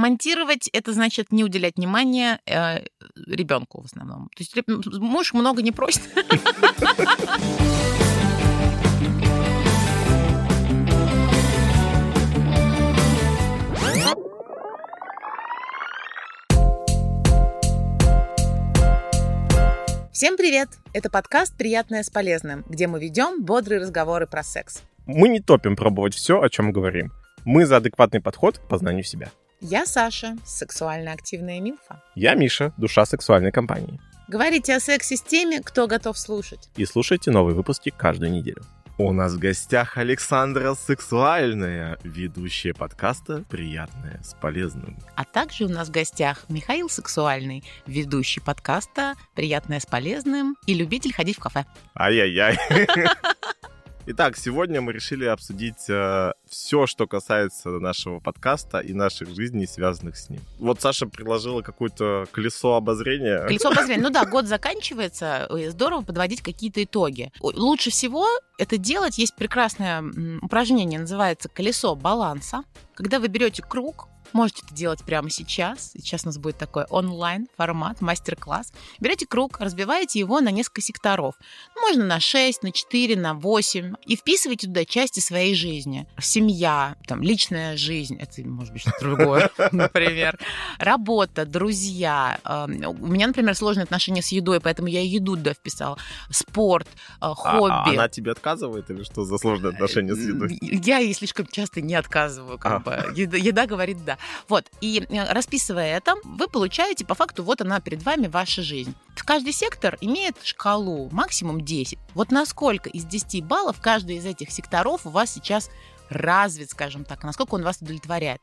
монтировать — это значит не уделять внимания ребенку в основном. То есть муж много не просит. Всем привет! Это подкаст «Приятное с полезным», где мы ведем бодрые разговоры про секс. Мы не топим пробовать все, о чем говорим. Мы за адекватный подход к познанию себя. Я Саша, сексуально активная милфа. Я Миша, душа сексуальной компании. Говорите о сексе с теми, кто готов слушать. И слушайте новые выпуски каждую неделю. У нас в гостях Александра Сексуальная, ведущая подкаста «Приятное с полезным». А также у нас в гостях Михаил Сексуальный, ведущий подкаста «Приятное с полезным» и любитель ходить в кафе. Ай-яй-яй. Итак, сегодня мы решили обсудить все, что касается нашего подкаста и наших жизней, связанных с ним. Вот Саша предложила какое-то колесо обозрения. Колесо обозрения. Ну да, год заканчивается, здорово подводить какие-то итоги. Лучше всего это делать, есть прекрасное упражнение, называется «Колесо баланса». Когда вы берете круг, можете это делать прямо сейчас. Сейчас у нас будет такой онлайн-формат, мастер-класс. Берете круг, разбиваете его на несколько секторов. Можно на 6, на 4, на 8. И вписываете туда части своей жизни. Семья, там, личная жизнь. Это может быть что-то другое, например. Работа, друзья. У меня, например, сложные отношения с едой, поэтому я еду туда вписала. Спорт, хобби. Она тебе отказывает или что за сложные отношения с едой? Я ей слишком часто не отказываю. Еда говорит «да». Вот, и расписывая это, вы получаете, по факту, вот она перед вами, ваша жизнь. Каждый сектор имеет шкалу, максимум 10. Вот насколько из 10 баллов каждый из этих секторов у вас сейчас развит, скажем так, насколько он вас удовлетворяет.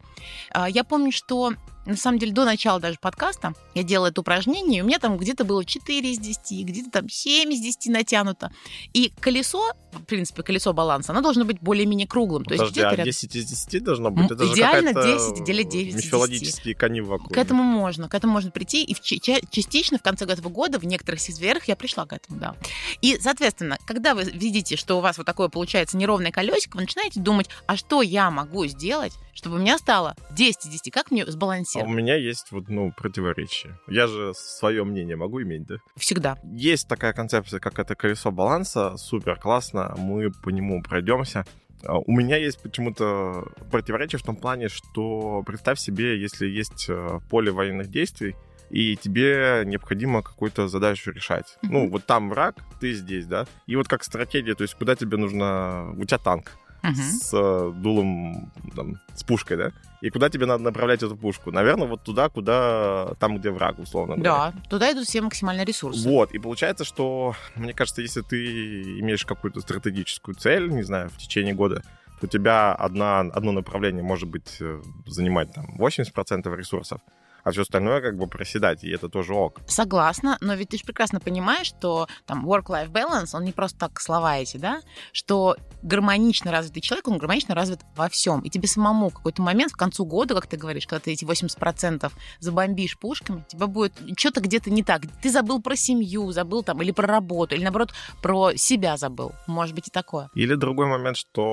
Я помню, что на самом деле до начала даже подкаста я делала это упражнение, и у меня там где-то было 4 из 10, где-то там 7 из 10 натянуто. И колесо, в принципе, колесо баланса, оно должно быть более-менее круглым. Подожди, а 10 из 10 должно быть? Это идеально же 10 делить 9 из 10. Мифологические кони вокруг. К этому можно прийти, и частично в конце этого года в некоторых сферах я пришла к этому, да. И, соответственно, когда вы видите, что у вас вот такое получается неровное колесико, вы начинаете думать, а что я могу сделать, чтобы у меня стало 10 из 10, как мне сбалансировать? А у меня есть противоречие. Я же свое мнение могу иметь, да? Всегда. Есть такая концепция, как это колесо баланса, супер классно, мы по нему пройдемся. У меня есть почему-то противоречие в том плане, что представь себе, если есть поле военных действий, и тебе необходимо какую-то задачу решать. Ну, вот там враг, ты здесь, да? И вот как стратегия, то есть куда тебе нужно... У тебя танк. С дулом, там, с пушкой, да? И куда тебе надо направлять эту пушку? Наверное, вот туда, там, где враг, условно говоря. Да, туда идут все максимальные ресурсы. Вот, и получается, что, мне кажется, если ты имеешь какую-то стратегическую цель, не знаю, в течение года, то у тебя одно направление может быть занимать там 80% ресурсов, а все остальное как бы проседать, и это тоже ок. Согласна, но ведь ты же прекрасно понимаешь, что там work-life balance, он не просто так слова эти, да, что гармонично развитый человек, он гармонично развит во всем. И тебе самому в какой-то момент, в концу года, как ты говоришь, когда ты эти 80% забомбишь пушками, у тебя будет что-то где-то не так. Ты забыл про семью, забыл там, или про работу, или наоборот, про себя забыл. Может быть и такое. Или другой момент,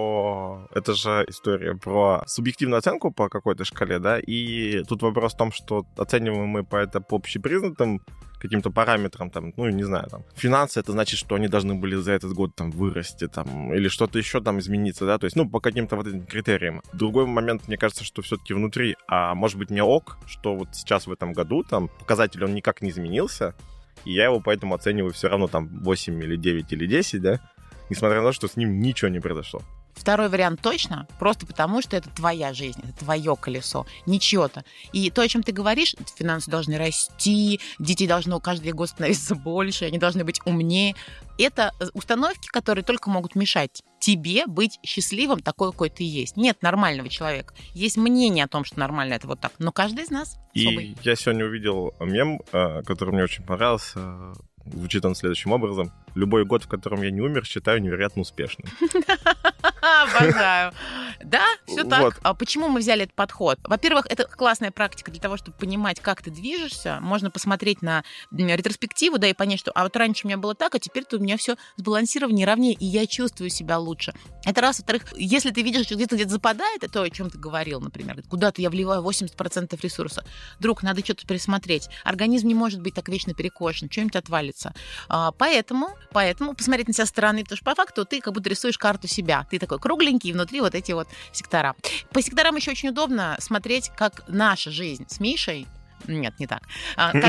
что это же история про субъективную оценку по какой-то шкале, да, и тут вопрос в том, что оцениваем мы по общепризнанным каким-то параметрам, там, ну, не знаю, там, финансы, это значит, что они должны были за этот год там вырасти, там, или что-то еще там измениться, да, то есть, ну, по каким-то вот этим критериям. Другой момент, мне кажется, что все-таки внутри, а может быть, не ок, что вот сейчас в этом году там показатель, он никак не изменился, и я его поэтому оцениваю все равно там 8 или 9 или 10, да, несмотря на то, что с ним ничего не произошло. Второй вариант точно, просто потому что это твоя жизнь, это твое колесо, не чье-то. И то, о чем ты говоришь, финансы должны расти, детей должно каждый год становиться больше, они должны быть умнее. Это установки, которые только могут мешать тебе быть счастливым такой, какой ты есть. Нет нормального человека. Есть мнение о том, что нормально это вот так, но каждый из нас особый. И я сегодня увидел мем, который мне очень понравился. Звучит он следующим образом. Любой год, в котором я не умер, считаю невероятно успешным. Обожаю. Да, все так. Вот. А почему мы взяли этот подход? Во-первых, это классная практика для того, чтобы понимать, как ты движешься. Можно посмотреть на ретроспективу, да, и понять, что вот раньше у меня было так, а теперь-то у меня все сбалансированнее, ровнее, и я чувствую себя лучше. Это раз. Во-вторых, если ты видишь, что где-то западает, это то, о чем ты говорил, например, куда-то я вливаю 80% ресурса. Друг, надо что-то пересмотреть. Организм не может быть так вечно перекошен, что-нибудь отвалится. Поэтому посмотреть на себя со стороны, потому что по факту ты как будто рисуешь карту себя. Ты такой кругленький, и внутри вот эти вот сектора. По секторам еще очень удобно смотреть, как наша жизнь с Мишей. Нет, не так. Как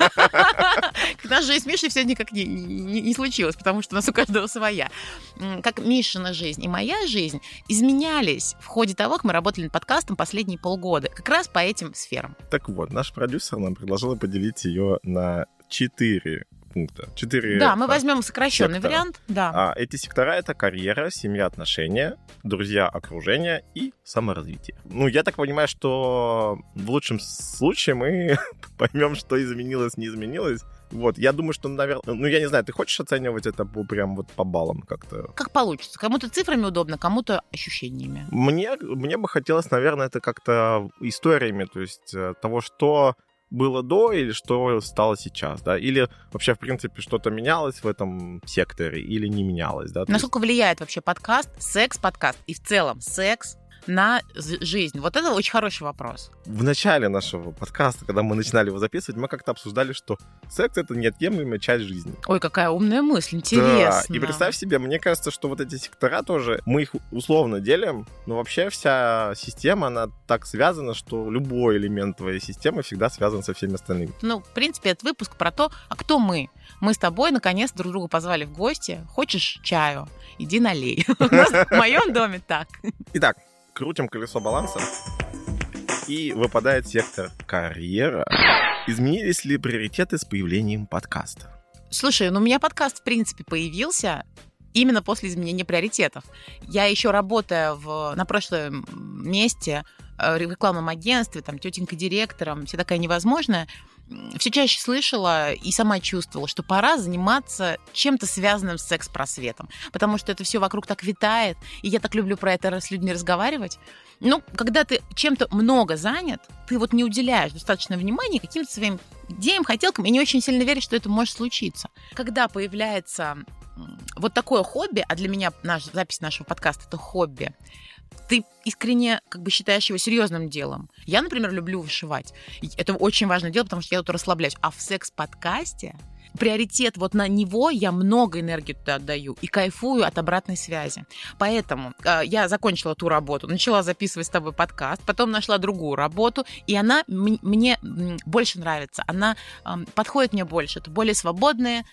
наша жизнь с Мишей все никак не случилось, потому что у нас у каждого своя. Как Мишина жизнь и моя жизнь изменялись в ходе того, как мы работали над подкастом последние полгода. Как раз по этим сферам. Так вот, наш продюсер нам предложил поделить ее на 4 пункта. 4 Да, мы возьмем сокращенный сектора. вариант. Да. Эти сектора — это карьера, семья, отношения, друзья, окружение и саморазвитие. Ну, я так понимаю, что в лучшем случае мы поймем, что изменилось, не изменилось. Вот, я думаю, что, наверное... Ну, я не знаю, ты хочешь оценивать это прям вот по баллам как-то? Как получится. Кому-то цифрами удобно, кому-то ощущениями. Мне бы хотелось, наверное, это как-то историями, то есть того, что было до или что стало сейчас, да, или вообще, в принципе, что-то менялось в этом секторе или не менялось, да. Насколько влияет вообще подкаст, секс-подкаст и в целом секс на жизнь? Вот это очень хороший вопрос. В начале нашего подкаста, когда мы начинали его записывать, мы как-то обсуждали, что секс — это неотъемлемая часть жизни. Ой, какая умная мысль, интересно. Да, и представь себе, мне кажется, что вот эти сектора тоже, мы их условно делим, но вообще вся система, она так связана, что любой элемент твоей системы всегда связан со всеми остальными. Ну, в принципе, этот выпуск про то, а кто мы? Мы с тобой, наконец, друг друга позвали в гости. Хочешь чаю? Иди налей. У нас в моем доме так. Итак, крутим колесо баланса, и выпадает сектор карьера. Изменились ли приоритеты с появлением подкаста? Слушай, ну у меня подкаст, в принципе, появился именно после изменения приоритетов. Я еще работая на прошлом месте в рекламном агентстве, там, тетенька директором, вся такая невозможная, все чаще слышала и сама чувствовала, что пора заниматься чем-то связанным с секс-просветом, потому что это все вокруг так витает, и я так люблю про это с людьми разговаривать. Ну, когда ты чем-то много занят, ты вот не уделяешь достаточно внимания каким-то своим идеям, хотелкам, и не очень сильно веришь, что это может случиться. Когда появляется вот такое хобби, а для меня запись нашего подкаста — это хобби, ты искренне как бы считаешь его серьезным делом. Я, например, люблю вышивать. Это очень важное дело, потому что я тут расслабляюсь. А в секс-подкасте приоритет вот на него, я много энергии туда отдаю и кайфую от обратной связи. Поэтому я закончила ту работу, начала записывать с тобой подкаст, потом нашла другую работу, и она мне больше нравится. Она подходит мне больше. Это более свободная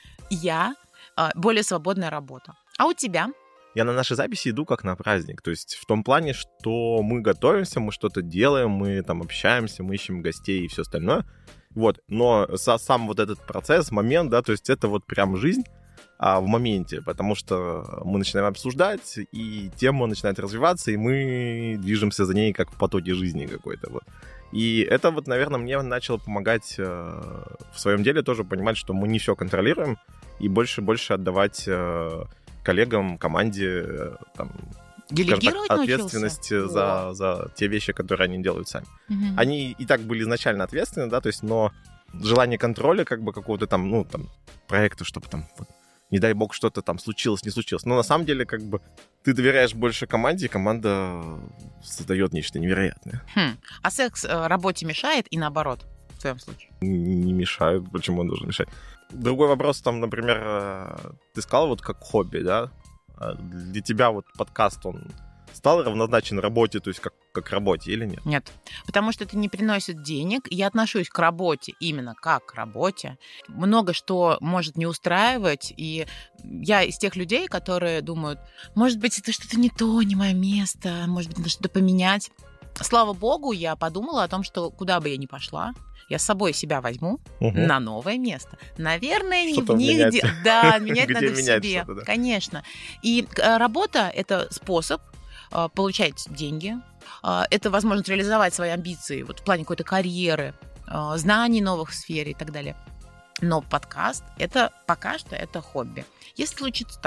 более свободная работа. А у тебя? Я на наши записи иду как на праздник. То есть в том плане, что мы готовимся, мы что-то делаем, мы там общаемся, мы ищем гостей и все остальное. Вот. Но сам вот этот процесс, момент, да, то есть это вот прям жизнь в моменте, потому что мы начинаем обсуждать, и тема начинает развиваться, и мы движемся за ней как в потоке жизни какой-то. Вот. И это вот, наверное, мне начало помогать в своем деле тоже понимать, что мы не все контролируем, и больше отдавать коллегам, команде, там, делегировать так, ответственность за те вещи, которые они делают сами. Угу. Они и так были изначально ответственны, да, то есть, но желание контроля как бы какого-то там, ну, там, проекта, чтобы там, вот, не дай бог, что-то там случилось, не случилось. Но на самом деле, как бы, ты доверяешь больше команде, и команда создает нечто невероятное. А секс работе мешает и наоборот, в твоем случае? Не мешает. Почему он должен мешать? Другой вопрос, там, например, ты сказал вот как хобби, да? Для тебя вот подкаст, он стал равнозначен работе, то есть как работе или нет? Нет, потому что это не приносит денег. Я отношусь к работе именно как к работе. Много что может не устраивать, и я из тех людей, которые думают, может быть, это что-то не то, не мое место, может быть, надо что-то поменять. Слава богу, я подумала о том, что куда бы я ни пошла, я с собой себя возьму на новое место. Наверное, что-то не в них, где... Да, менять надо в менять себе, да. Конечно. И работа — это способ получать деньги, это возможность реализовать свои амбиции вот в плане какой-то карьеры, знаний новых в сфере и так далее. Но подкаст — это пока что это хобби. Если случится так,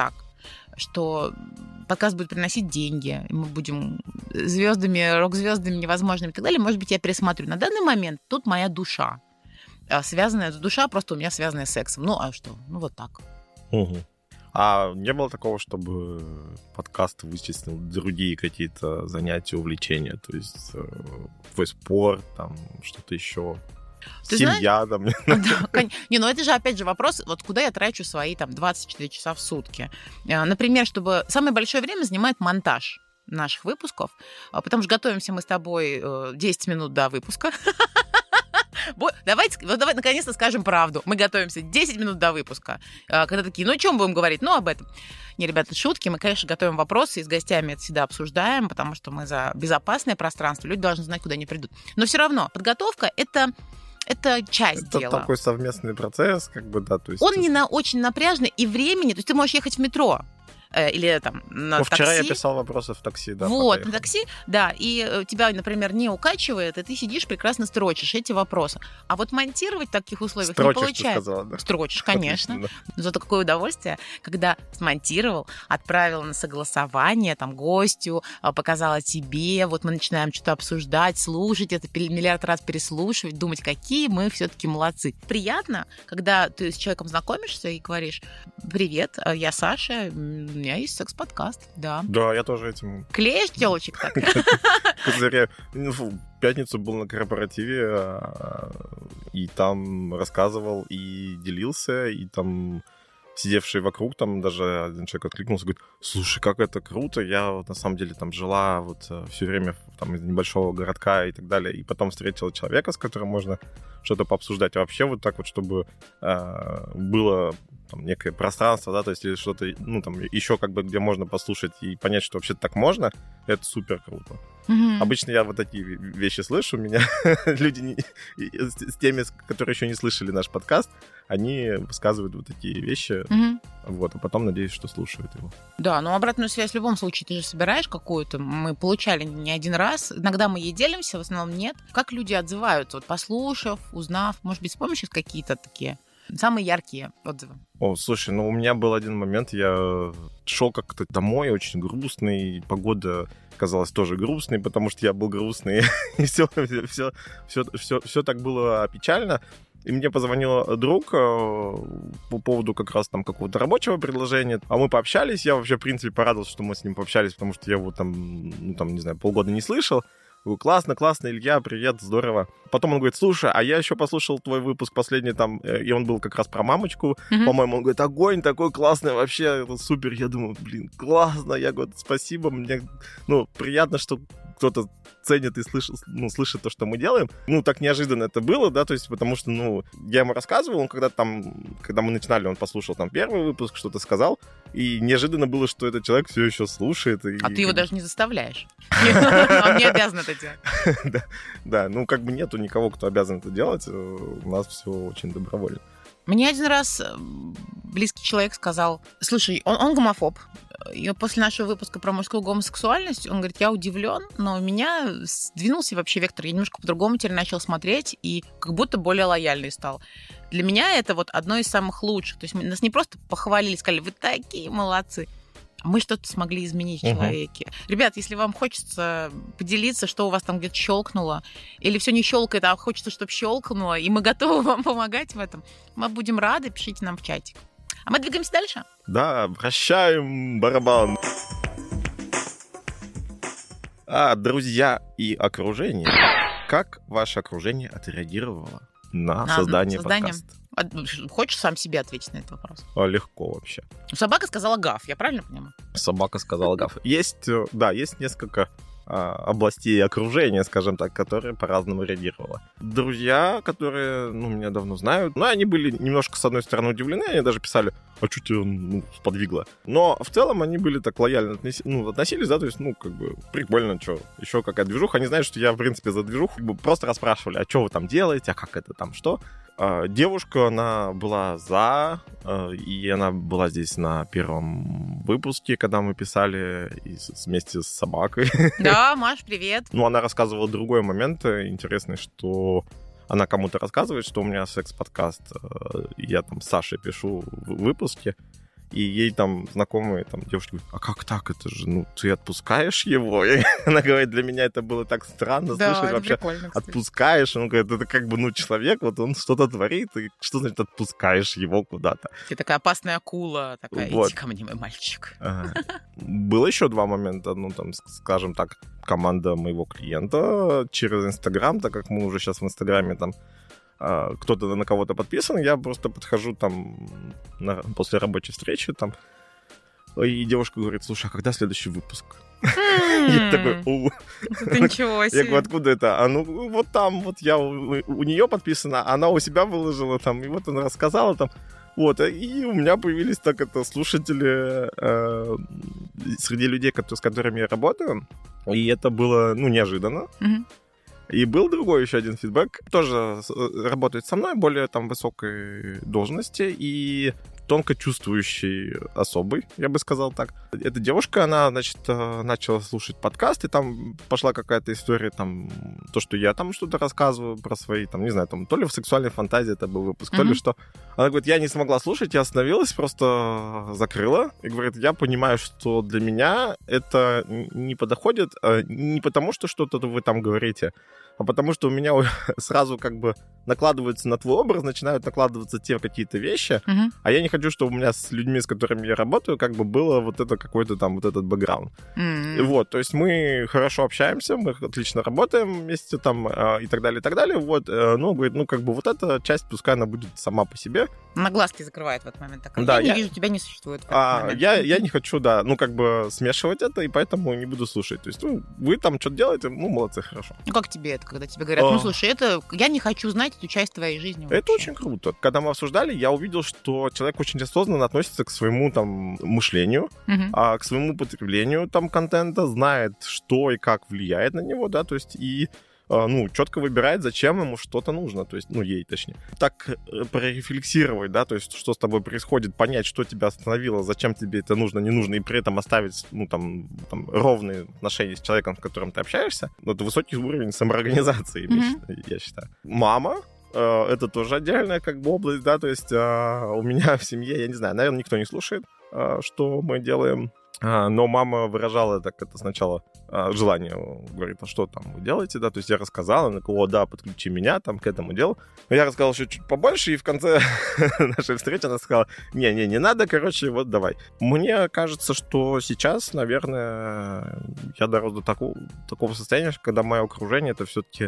что подкаст будет приносить деньги, и мы будем звездами, рок-звездами невозможными и так далее, может быть, я пересмотрю. На данный момент тут моя душа. Душа просто у меня связанная с сексом. Ну, а что? Ну, вот так. Угу. А не было такого, чтобы подкаст вычислил другие какие-то занятия, увлечения? То есть твой спорт, там, что-то еще... Ты Семья, знаешь? там. Не, ну это же, опять же, вопрос, вот куда я трачу свои там 24 часа в сутки. Например, чтобы... Самое большое время занимает монтаж наших выпусков, потому что готовимся мы с тобой 10 минут до выпуска. Давай наконец-то скажем правду. Мы готовимся 10 минут до выпуска. Когда такие, ну о чем будем говорить? Ну, об этом. Не, ребята, шутки. Мы, конечно, готовим вопросы и с гостями это всегда обсуждаем, потому что мы за безопасное пространство. Люди должны знать, куда они придут. Но все равно подготовка — это часть дела. Это такой совместный процесс, как бы, да. То есть... Он очень напряжный, и времени... То есть ты можешь ехать в метро или там на такси. Вчера я писал вопросы в такси, да. Вот, на такси, да, и тебя, например, не укачивает, и ты сидишь, прекрасно строчишь эти вопросы. А вот монтировать в таких условиях строчишь, не получается. Ты сказала, да. Строчишь, конечно. Но зато какое удовольствие, когда смонтировал, отправил на согласование там гостю, показала тебе, вот мы начинаем что-то обсуждать, слушать это, миллиард раз переслушивать, думать, какие мы все-таки молодцы. Приятно, когда ты с человеком знакомишься и говоришь: привет, я Саша, у меня есть секс-подкаст, да. Да, я тоже этим... Клеишь телочек так? В пятницу был на корпоративе, и там рассказывал, и делился, и там сидевший вокруг, там даже один человек откликнулся, говорит: слушай, как это круто, я вот на самом деле там жила вот все время там из небольшого городка и так далее, и потом встретила человека, с которым можно что-то пообсуждать. А вообще вот так вот, чтобы было там некое пространство, да, то есть или что-то, ну, там, еще как бы, где можно послушать и понять, что вообще так можно, это супер круто. Mm-hmm. Обычно я вот такие вещи слышу, меня люди с теми, которые еще не слышали наш подкаст, они высказывают вот такие вещи, вот, а потом надеюсь, что слушают его. Да, но обратную связь в любом случае ты же собираешь какую-то, мы получали не один раз, иногда мы ей делимся, в основном нет. Как люди отзываются, вот послушав, узнав, может быть, вспомнишь какие-то такие самые яркие отзывы? О, слушай, ну у меня был один момент, я шел как-то домой, очень грустный, погода казалась тоже грустной, потому что я был грустный, и все так было печально. И мне позвонил друг по поводу как раз там какого-то рабочего предложения, а мы пообщались, я вообще, в принципе, порадовался, что мы с ним пообщались, потому что я его там, ну, там, не знаю, полгода не слышал. Говорю: классно, Илья, привет, здорово. Потом он говорит: слушай, а я еще послушал твой выпуск последний там, и он был как раз про мамочку, по-моему. Он говорит: огонь, такой классный, вообще супер. Я думаю: блин, классно. Я говорю: спасибо, мне, ну, приятно, что кто-то ценит и слышит то, что мы делаем. Ну, так неожиданно это было, да, то есть, потому что, ну, я ему рассказывал, он когда мы начинали, он послушал там первый выпуск, что-то сказал, и неожиданно было, что этот человек все еще слушает. А ты его даже не заставляешь. Он не обязан это делать. Да, ну, как бы нету никого, кто обязан это делать, у нас все очень добровольно. Мне один раз близкий человек сказал: слушай, он гомофоб. И после нашего выпуска про мужскую гомосексуальность он говорит: я удивлен, но у меня сдвинулся вообще вектор. Я немножко по-другому теперь начал смотреть и как будто более лояльный стал. Для меня это вот одно из самых лучших. То есть нас не просто похвалили, сказали: вы такие молодцы. Мы что-то смогли изменить в человеке. Ребят, если вам хочется поделиться, что у вас там где-то щелкнуло, или все не щелкает, а хочется, чтобы щелкнуло, и мы готовы вам помогать в этом, мы будем рады, пишите нам в чатик. А мы двигаемся дальше? Да, вращаем барабан. Друзья и окружение. Как ваше окружение отреагировало на создание подкаста? Хочешь сам себе ответить на этот вопрос? Легко вообще. Собака сказала гав, я правильно понимаю? Собака сказала гав. Есть несколько областей окружения, скажем так, которые по-разному реагировали. Друзья, которые, меня давно знают, они были немножко, с одной стороны, удивлены, они даже писали: а что тебя сподвигло? Но в целом они были так лояльно относились, да, то есть, прикольно, что, еще какая движуха. Они знают, что я, в принципе, за движуху, просто расспрашивали: а что вы там делаете, а как это там, что? Девушка, она была за, и она была здесь на первом выпуске, когда мы писали вместе с собакой. Да, Маш, привет. Она рассказывала другой момент интересный, что она кому-то рассказывает, что у меня секс-подкаст, я там с Сашей пишу выпуски, и ей там знакомые там девушки говорят, а как так, это же, ну, ты отпускаешь его? И она говорит, для меня это было так странно слышать вообще. Отпускаешь, он говорит, это как бы, ну, человек, вот он что-то творит, и что значит отпускаешь его куда-то? Ты такая опасная акула, такая, Вот. иди ко мне, мой мальчик. Было еще 2 момента, ну, там, скажем так, команда моего клиента через Инстаграм, так как мы уже сейчас в Инстаграме там кто-то на кого-то подписан, я просто подхожу там после рабочей встречи там, и девушка говорит, слушай, а когда следующий выпуск? Я такой, Ничего себе. Я говорю, откуда это? А ну вот там, вот я у нее подписана, она у себя выложила там, и вот она рассказала там, вот, и у меня появились так это слушатели среди людей, с которыми я работаю, и это было, ну, неожиданно. И был другой еще один фидбэк, тоже работает со мной, более там высокой должности и тонко чувствующей особой, я бы сказал так. Эта девушка, она, значит, начала слушать подкаст, и там пошла какая-то история, там, то, что я там что-то рассказываю про свои, там, не знаю, там, то ли в сексуальной фантазии это был выпуск, то ли что. Она говорит, я не смогла слушать, я остановилась, просто закрыла, и говорит, я понимаю, что для меня это не подоходит, не потому, что что-то вы там говорите, а потому что у меня сразу как бы накладывается на твой образ, начинают накладываться те какие-то вещи, а я не хочу, чтобы у меня с людьми, с которыми я работаю, как бы было вот это какой-то там вот этот бэкграунд. Вот, то есть мы хорошо общаемся, мы отлично работаем вместе там и так далее, вот, ну, говорит, ну, как бы вот эта часть, пускай она будет сама по себе. На глазки закрывает в этот момент. Так, да, я не вижу, тебя не существует в этот момент. Я не хочу, да, ну, как бы смешивать это, и поэтому не буду слушать. То есть, ну, вы там что-то делаете, ну, молодцы, хорошо. Ну, как тебе это, когда тебе говорят, ну, слушай, это я не хочу знать эту часть твоей жизни вообще. Это очень круто. Когда мы обсуждали, я увидел, что человек очень осознанно относится к своему там мышлению, к своему потреблению там контента, знает, что и как влияет на него, да, то есть и ну, четко выбирает, зачем ему что-то нужно, то есть, ну, ей точнее. Так прорефлексировать, да, то есть, что с тобой происходит, понять, что тебя остановило, зачем тебе это нужно, не нужно, и при этом оставить, ну, там ровные отношения с человеком, с которым ты общаешься, это высокий уровень самоорганизации, я считаю. Мама, это тоже отдельная, как бы, область, да, то есть у меня в семье, я не знаю, наверное, никто не слушает, что мы делаем, но мама выражала так это сначала желание, говорит, а что там вы делаете, да, то есть я рассказал, она говорила, да, подключи меня там к этому делу. Но я рассказал еще чуть побольше, и в конце нашей встречи она сказала, не надо, короче, вот давай. Мне кажется, что сейчас, наверное, я дорос до такого состояния, когда мое окружение это все-таки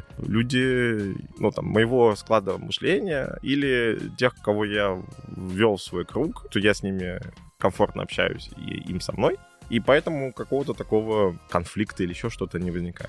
люди, ну, там, моего склада мышления или тех, кого я ввел в свой круг, то я с ними комфортно общаюсь, и им со мной, и поэтому какого-то такого конфликта или еще что-то не возникает.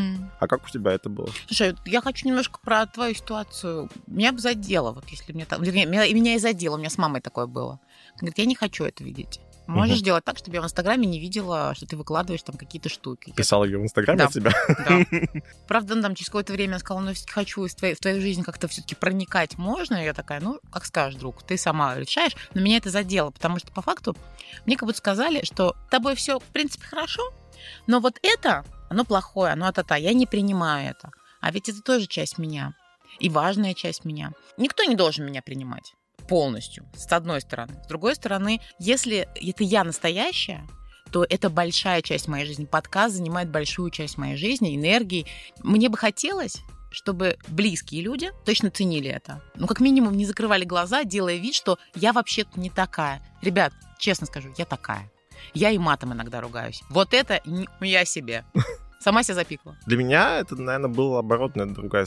А как у тебя это было? Слушай, я хочу немножко про твою ситуацию. Меня бы задело, вот если мне там... Вернее, меня и задело, у меня с мамой такое было. Говорит, я не хочу это видеть. Можешь делать так, чтобы я в Инстаграме не видела, что ты выкладываешь там какие-то штуки. Писала ее в Инстаграме от себя? Да. Правда, там через какое-то время я сказала, ну, все-таки хочу в твою жизнь как-то все-таки проникать можно. И я такая, ну, как скажешь, друг, ты сама решаешь. Но меня это задело, потому что по факту мне как будто сказали, что с тобой все, в принципе, хорошо, но вот это, оно плохое, оно та-та, я не принимаю это. А ведь это тоже часть меня. И важная часть меня. Никто не должен меня принимать полностью, с одной стороны. С другой стороны, если это я настоящая, то это большая часть моей жизни. Подкаст занимает большую часть моей жизни, энергии. Мне бы хотелось, чтобы близкие люди точно ценили это. Ну, как минимум, не закрывали глаза, делая вид, что я вообще-то не такая. Ребят, честно скажу, я такая. Я и матом иногда ругаюсь. Вот это я себе. Сама себя запикла. Для меня это, наверное, была оборотная другая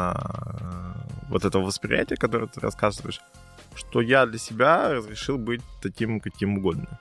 сторона вот этого восприятия, которое ты рассказываешь, что я для себя разрешил быть таким, каким угодно.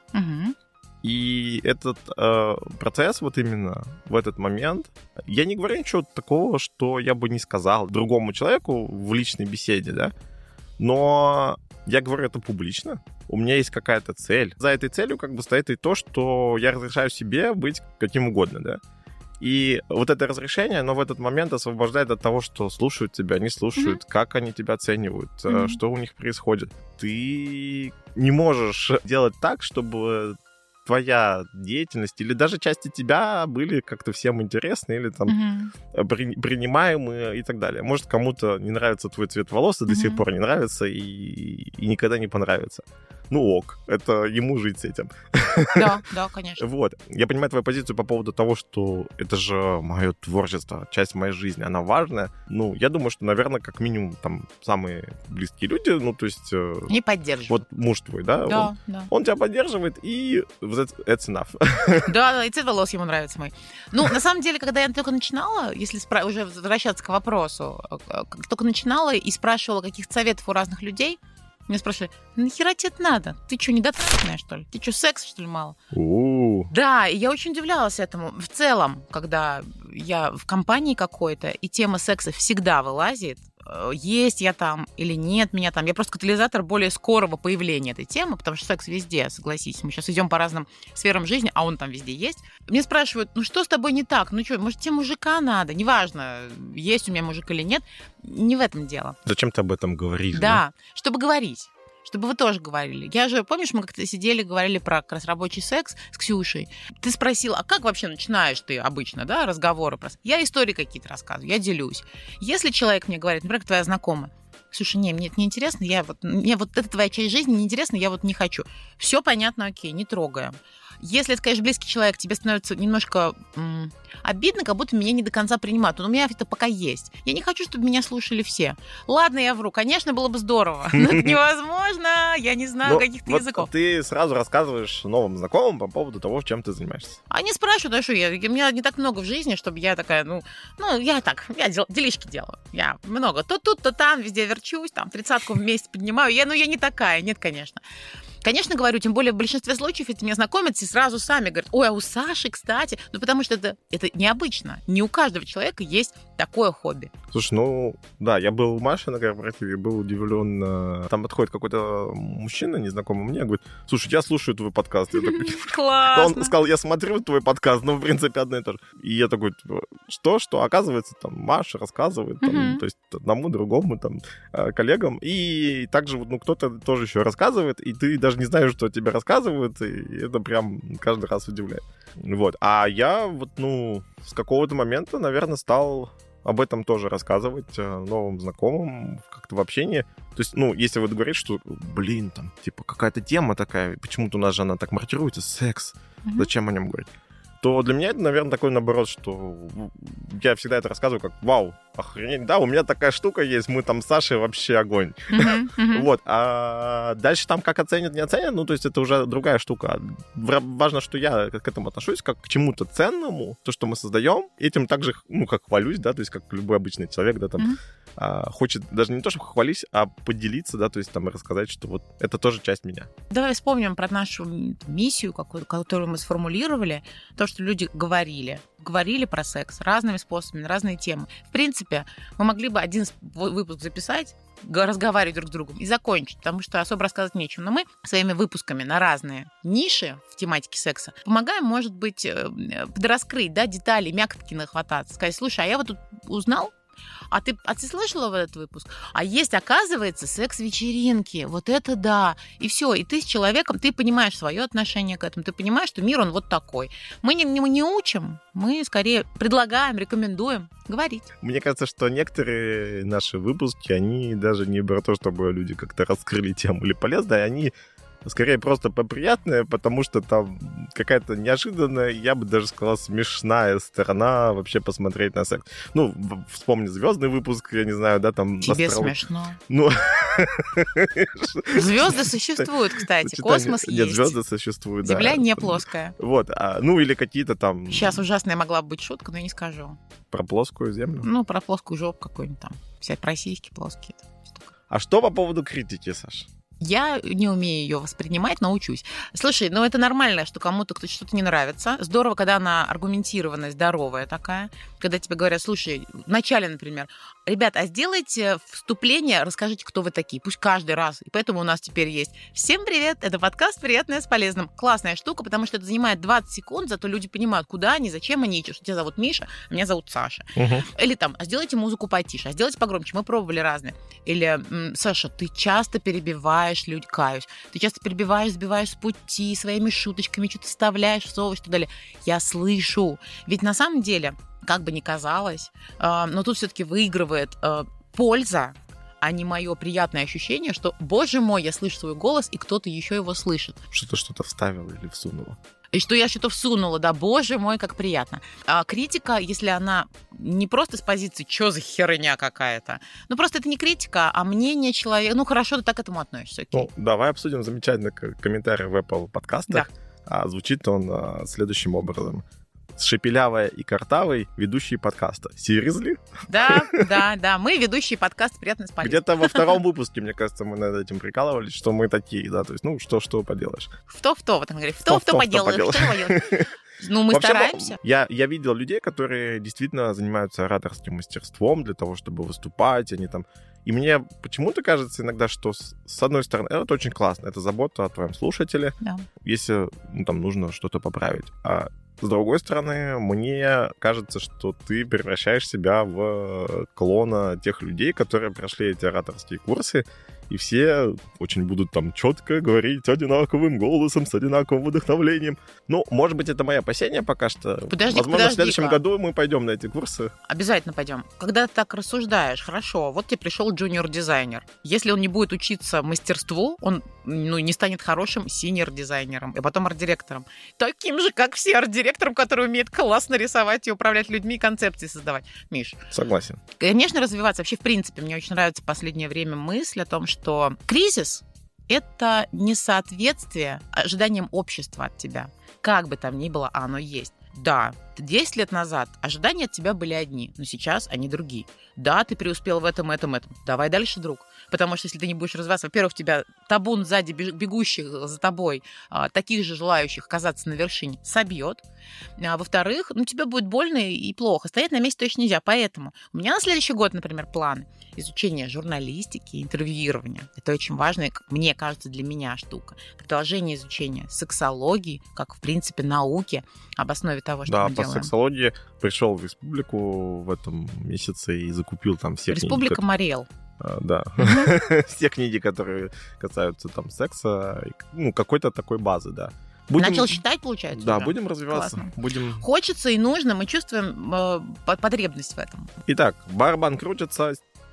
И этот процесс вот именно в этот момент, я не говорю ничего такого, что я бы не сказал другому человеку в личной беседе, да, но я говорю это публично, у меня есть какая-то цель. За этой целью как бы стоит и то, что я разрешаю себе быть каким угодно, да. И вот это разрешение, оно в этот момент освобождает от того, что слушают тебя, не слушают, как они тебя оценивают, что у них происходит. Ты не можешь делать так, чтобы твоя деятельность или даже части тебя были как-то всем интересны или там принимаемы и так далее. Может, кому-то не нравится твой цвет волос, и до сих пор не нравится и никогда не понравится. ну ок, это ему жить с этим. Да, конечно. Вот. Я понимаю твою позицию по поводу того, что это же мое творчество, часть моей жизни, она важная. Ну, я думаю, что, наверное, как минимум, там, самые близкие люди, ну, то есть... Не поддерживают. Вот муж твой, да? Да. Он тебя поддерживает, и it's enough. Да, и цвет волос ему нравится мой. Ну, на самом деле, когда я только начинала, если уже возвращаться к вопросу, только начинала и спрашивала каких-то советов у разных людей, меня спрашивали, нахера тебе это надо? Ты что, недотраченная, что ли? Ты что, секса, что ли, мало? Да, и я очень удивлялась этому. В целом, когда я в компании какой-то, и тема секса всегда вылазит, есть я там или нет меня там. Я просто катализатор более скорого появления этой темы, потому что секс везде, согласись. Мы сейчас идем по разным сферам жизни, а он там везде есть. Мне спрашивают, ну что с тобой не так? Ну что, может, тебе мужика надо? Неважно, есть у меня мужик или нет. Не в этом дело. Зачем ты об этом говоришь? Да, чтобы говорить. Чтобы вы тоже говорили. Я же, помнишь, мы как-то сидели, говорили про как раз рабочий секс с Ксюшей. Ты спросил, а как вообще начинаешь ты обычно, да, разговоры про... Я истории какие-то рассказываю, я делюсь. Если человек мне говорит, например, твоя знакомая, слушай, мне это не интересно, мне вот эта твоя часть жизни не интересна, я вот не хочу. Все понятно, окей, не трогаем. Если это, конечно, близкий человек, тебе становится немножко обидно, как будто меня не до конца принимают. Но у меня это пока есть. Я не хочу, чтобы меня слушали все. Ладно, я вру. Конечно, было бы здорово. Но это невозможно. Я не знаю каких-то языков. Ты сразу рассказываешь новым знакомым по поводу того, чем ты занимаешься. Они спрашивают, а что я? У меня не так много в жизни, чтобы я такая, я делишки делаю. Я много. То тут, то там, везде верчусь, там 30-ку в месяц поднимаю. Я не такая. Нет, конечно. Конечно, говорю, тем более в большинстве случаев эти меня знакомятся и сразу сами говорят, ой, а у Саши, кстати, потому что это необычно. Не у каждого человека есть такое хобби. Слушай, да, я был у Маши на корпоративе, был удивлен. Там подходит какой-то мужчина, незнакомый мне, говорит, слушай, я слушаю твой подкаст. Классно. Он сказал, я смотрю твой подкаст, в принципе, одно и то же. И я такой, что? Оказывается, там Маша рассказывает, то есть одному, другому, там, коллегам. И также, кто-то тоже еще рассказывает, и ты даже не знаешь, что тебе рассказывают, и это прям каждый раз удивляет. Вот. А я с какого-то момента, наверное, стал об этом тоже рассказывать новым знакомым как-то в общении. То есть, если вот говорить, что, там, типа, какая-то тема такая, почему-то у нас же она так маркируется, секс, зачем о нем говорить? То для меня это, наверное, такой наоборот, что я всегда это рассказываю как «Вау, охренеть, да, у меня такая штука есть, мы там с Сашей вообще огонь». Вот, а дальше там как оценят, не оценят, то есть это уже другая штука. Важно, что я к этому отношусь как к чему-то ценному, то, что мы создаем, этим также, как хвалюсь, да, то есть как любой обычный человек, да, там, хочет даже не то, чтобы хвалить, а поделиться, да, то есть там рассказать, что вот это тоже часть меня. Давай вспомним про нашу миссию, которую мы сформулировали, то, что люди говорили про секс разными способами, разные темы. В принципе, мы могли бы один выпуск записать, разговаривать друг с другом и закончить, потому что особо рассказывать нечем. Но мы своими выпусками на разные ниши в тематике секса помогаем, может быть, подраскрыть, да, детали, мякотки нахвататься, сказать, слушай, а я вот тут узнал, а ты слышала этот выпуск? А есть, оказывается, секс-вечеринки. Вот это да. И все. И ты с человеком, ты понимаешь свое отношение к этому. Ты понимаешь, что мир, он вот такой. Мы не учим, мы скорее предлагаем, рекомендуем говорить. Мне кажется, что некоторые наши выпуски, они даже не про то, чтобы люди как-то раскрыли тему или полезно, они скорее просто поприятная, потому что там какая-то неожиданная, я бы даже сказал, смешная сторона вообще посмотреть на секс. Вспомни звездный выпуск, я не знаю, да, там... Тебе смешно. Звезды существуют, кстати, космос есть. Нет, звезды существуют, да. Земля не плоская. Вот, или какие-то там... Сейчас ужасная могла бы быть шутка, но я не скажу. Про плоскую землю? Про плоскую жопу какую-нибудь там. Все про сиськи плоские. А что по поводу критики, Саш? Я не умею ее воспринимать, научусь. Слушай, это нормально, что кому-то что-то не нравится. Здорово, когда она аргументированная, здоровая такая. Когда тебе говорят, слушай, в начале, например, ребят, а сделайте вступление, расскажите, кто вы такие. Пусть каждый раз. И поэтому у нас теперь есть. Всем привет, это подкаст «Приятное с полезным». Классная штука, потому что это занимает 20 секунд, зато люди понимают, куда они, зачем они, что тебя зовут Миша, а меня зовут Саша. Или там, а сделайте музыку потише, а сделайте погромче. Мы пробовали разные. Или, Саша, ты часто перебиваешь люди, каюсь. Ты часто перебиваешь, сбиваешь с пути своими шуточками, что-то вставляешь, всовываешь, что далее. Я слышу. Ведь на самом деле, как бы ни казалось, но тут все-таки выигрывает польза а не мое приятное ощущение, что, боже мой, я слышу свой голос, и кто-то еще его слышит. Что-то вставила или всунула. И что я что-то всунула, да, боже мой, как приятно. А критика, если она не просто с позиции «чё за херня какая-то», ну просто это не критика, а мнение человека. Ну хорошо, ты так к этому относишься, окей. Ну, давай обсудим замечательный комментарий в Apple подкастах. Да. Звучит он следующим образом. Шепелявая и картавый ведущие подкаста. Seriously? Да, мы ведущие подкаста «Приятно с полезным». Где-то во втором выпуске, мне кажется, мы над этим прикалывались, что мы такие, да, то есть, ну, что поделаешь. В то вот он говорит, в то поделаешь. Ну, мы стараемся. Я видел людей, которые действительно занимаются ораторским мастерством для того, чтобы выступать, они там... И мне почему-то кажется иногда, что с одной стороны, это очень классно, это забота о твоем слушателе, да. Если там нужно что-то поправить. А с другой стороны, мне кажется, что ты превращаешь себя в клона тех людей, которые прошли эти ораторские курсы, и все очень будут там четко говорить одинаковым голосом, с одинаковым вдохновлением. Ну, может быть, это мои опасения пока что. Возможно, в следующем году мы пойдем на эти курсы. Обязательно пойдем. Когда ты так рассуждаешь, хорошо, вот тебе пришел джуниор-дизайнер. Если он не будет учиться мастерству, он не станет хорошим синьор-дизайнером, и потом арт-директором. Таким же, как все арт-директором, который умеет классно рисовать и управлять людьми, и концепции создавать. Миш. Согласен. Конечно, развиваться. Вообще, в принципе, мне очень нравится в последнее время мысль о том, что кризис — это несоответствие ожиданиям общества от тебя. Как бы там ни было, оно есть. Да, 10 лет назад ожидания от тебя были одни, но сейчас они другие. Да, ты преуспел в этом. Давай дальше, друг. Потому что если ты не будешь развиваться, во-первых, тебя табун сзади бегущих за тобой, таких же желающих оказаться на вершине, собьет. А во-вторых, тебе будет больно и плохо. Стоять на месте точно нельзя. Поэтому у меня на следующий год, например, планы изучения журналистики, интервьюирования. Это очень важная, мне кажется, для меня штука. Продолжение изучения сексологии, как, в принципе, науки об основе того, что мы делаем. Да, по сексологии пришел в республику в этом месяце и закупил там все книги. Республика Мариэл. Да. Все книги, которые касаются там секса, какой-то такой базы, да. Начал считать, получается? Да, уже? Будем развиваться. Хочется и нужно, мы чувствуем потребность в этом. Итак, барабан крутится.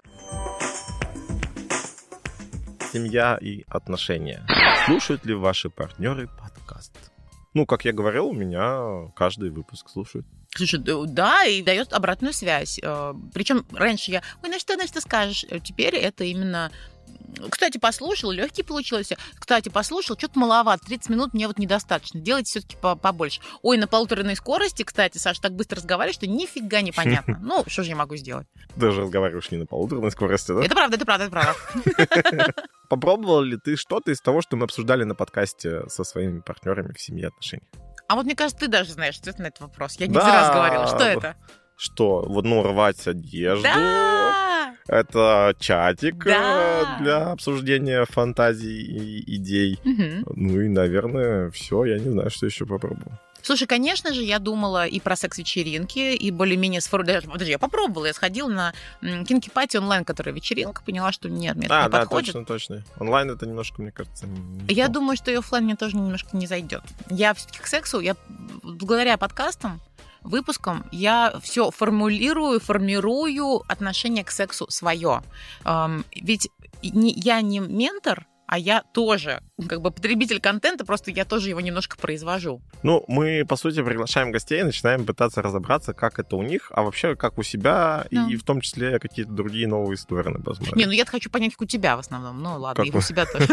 Семья и отношения. Слушают ли ваши партнеры подкаст? Как я говорил, у меня каждый выпуск слушают. Слушай, да, и дает обратную связь. Причем раньше я, на что скажешь? Теперь это именно... Кстати, послушал, легкий получился. Кстати, послушал, что-то маловато, 30 минут мне недостаточно. Делайте все-таки побольше. Ой, на полуторной скорости, кстати, Саша так быстро разговаривает, что нифига непонятно. Что же я могу сделать? Даже разговариваешь не на полуторной скорости, да? Это правда. Попробовал ли ты что-то из того, что мы обсуждали на подкасте со своими партнерами в семье и отношениях? А вот мне кажется, ты даже знаешь ответ на этот вопрос. Я не раз говорила. Что это? Что? Рвать одежду. Да! Это чатик для обсуждения фантазий и идей. Угу. И, наверное, все. Я не знаю, что еще попробовал. Слушай, конечно же, я думала и про секс-вечеринки, и более-менее Подожди, я попробовала. Я сходила на кинки-пати онлайн, которая вечеринка, поняла, что нет, мне это не подходит. Да, точно. Онлайн это немножко, мне кажется, не Я думаю, что и офлайн мне тоже немножко не зайдет. Я все-таки к сексу, благодаря подкастам, выпускам я все формирую отношение к сексу свое. Ведь я не ментор, а я тоже потребитель контента, просто я тоже его немножко произвожу. Мы, по сути, приглашаем гостей, начинаем пытаться разобраться, как это у них, а вообще как у себя, и в том числе какие-то другие новые стороны посмотреть. Не, я хочу понять, как у тебя в основном. Ладно, и у себя тоже.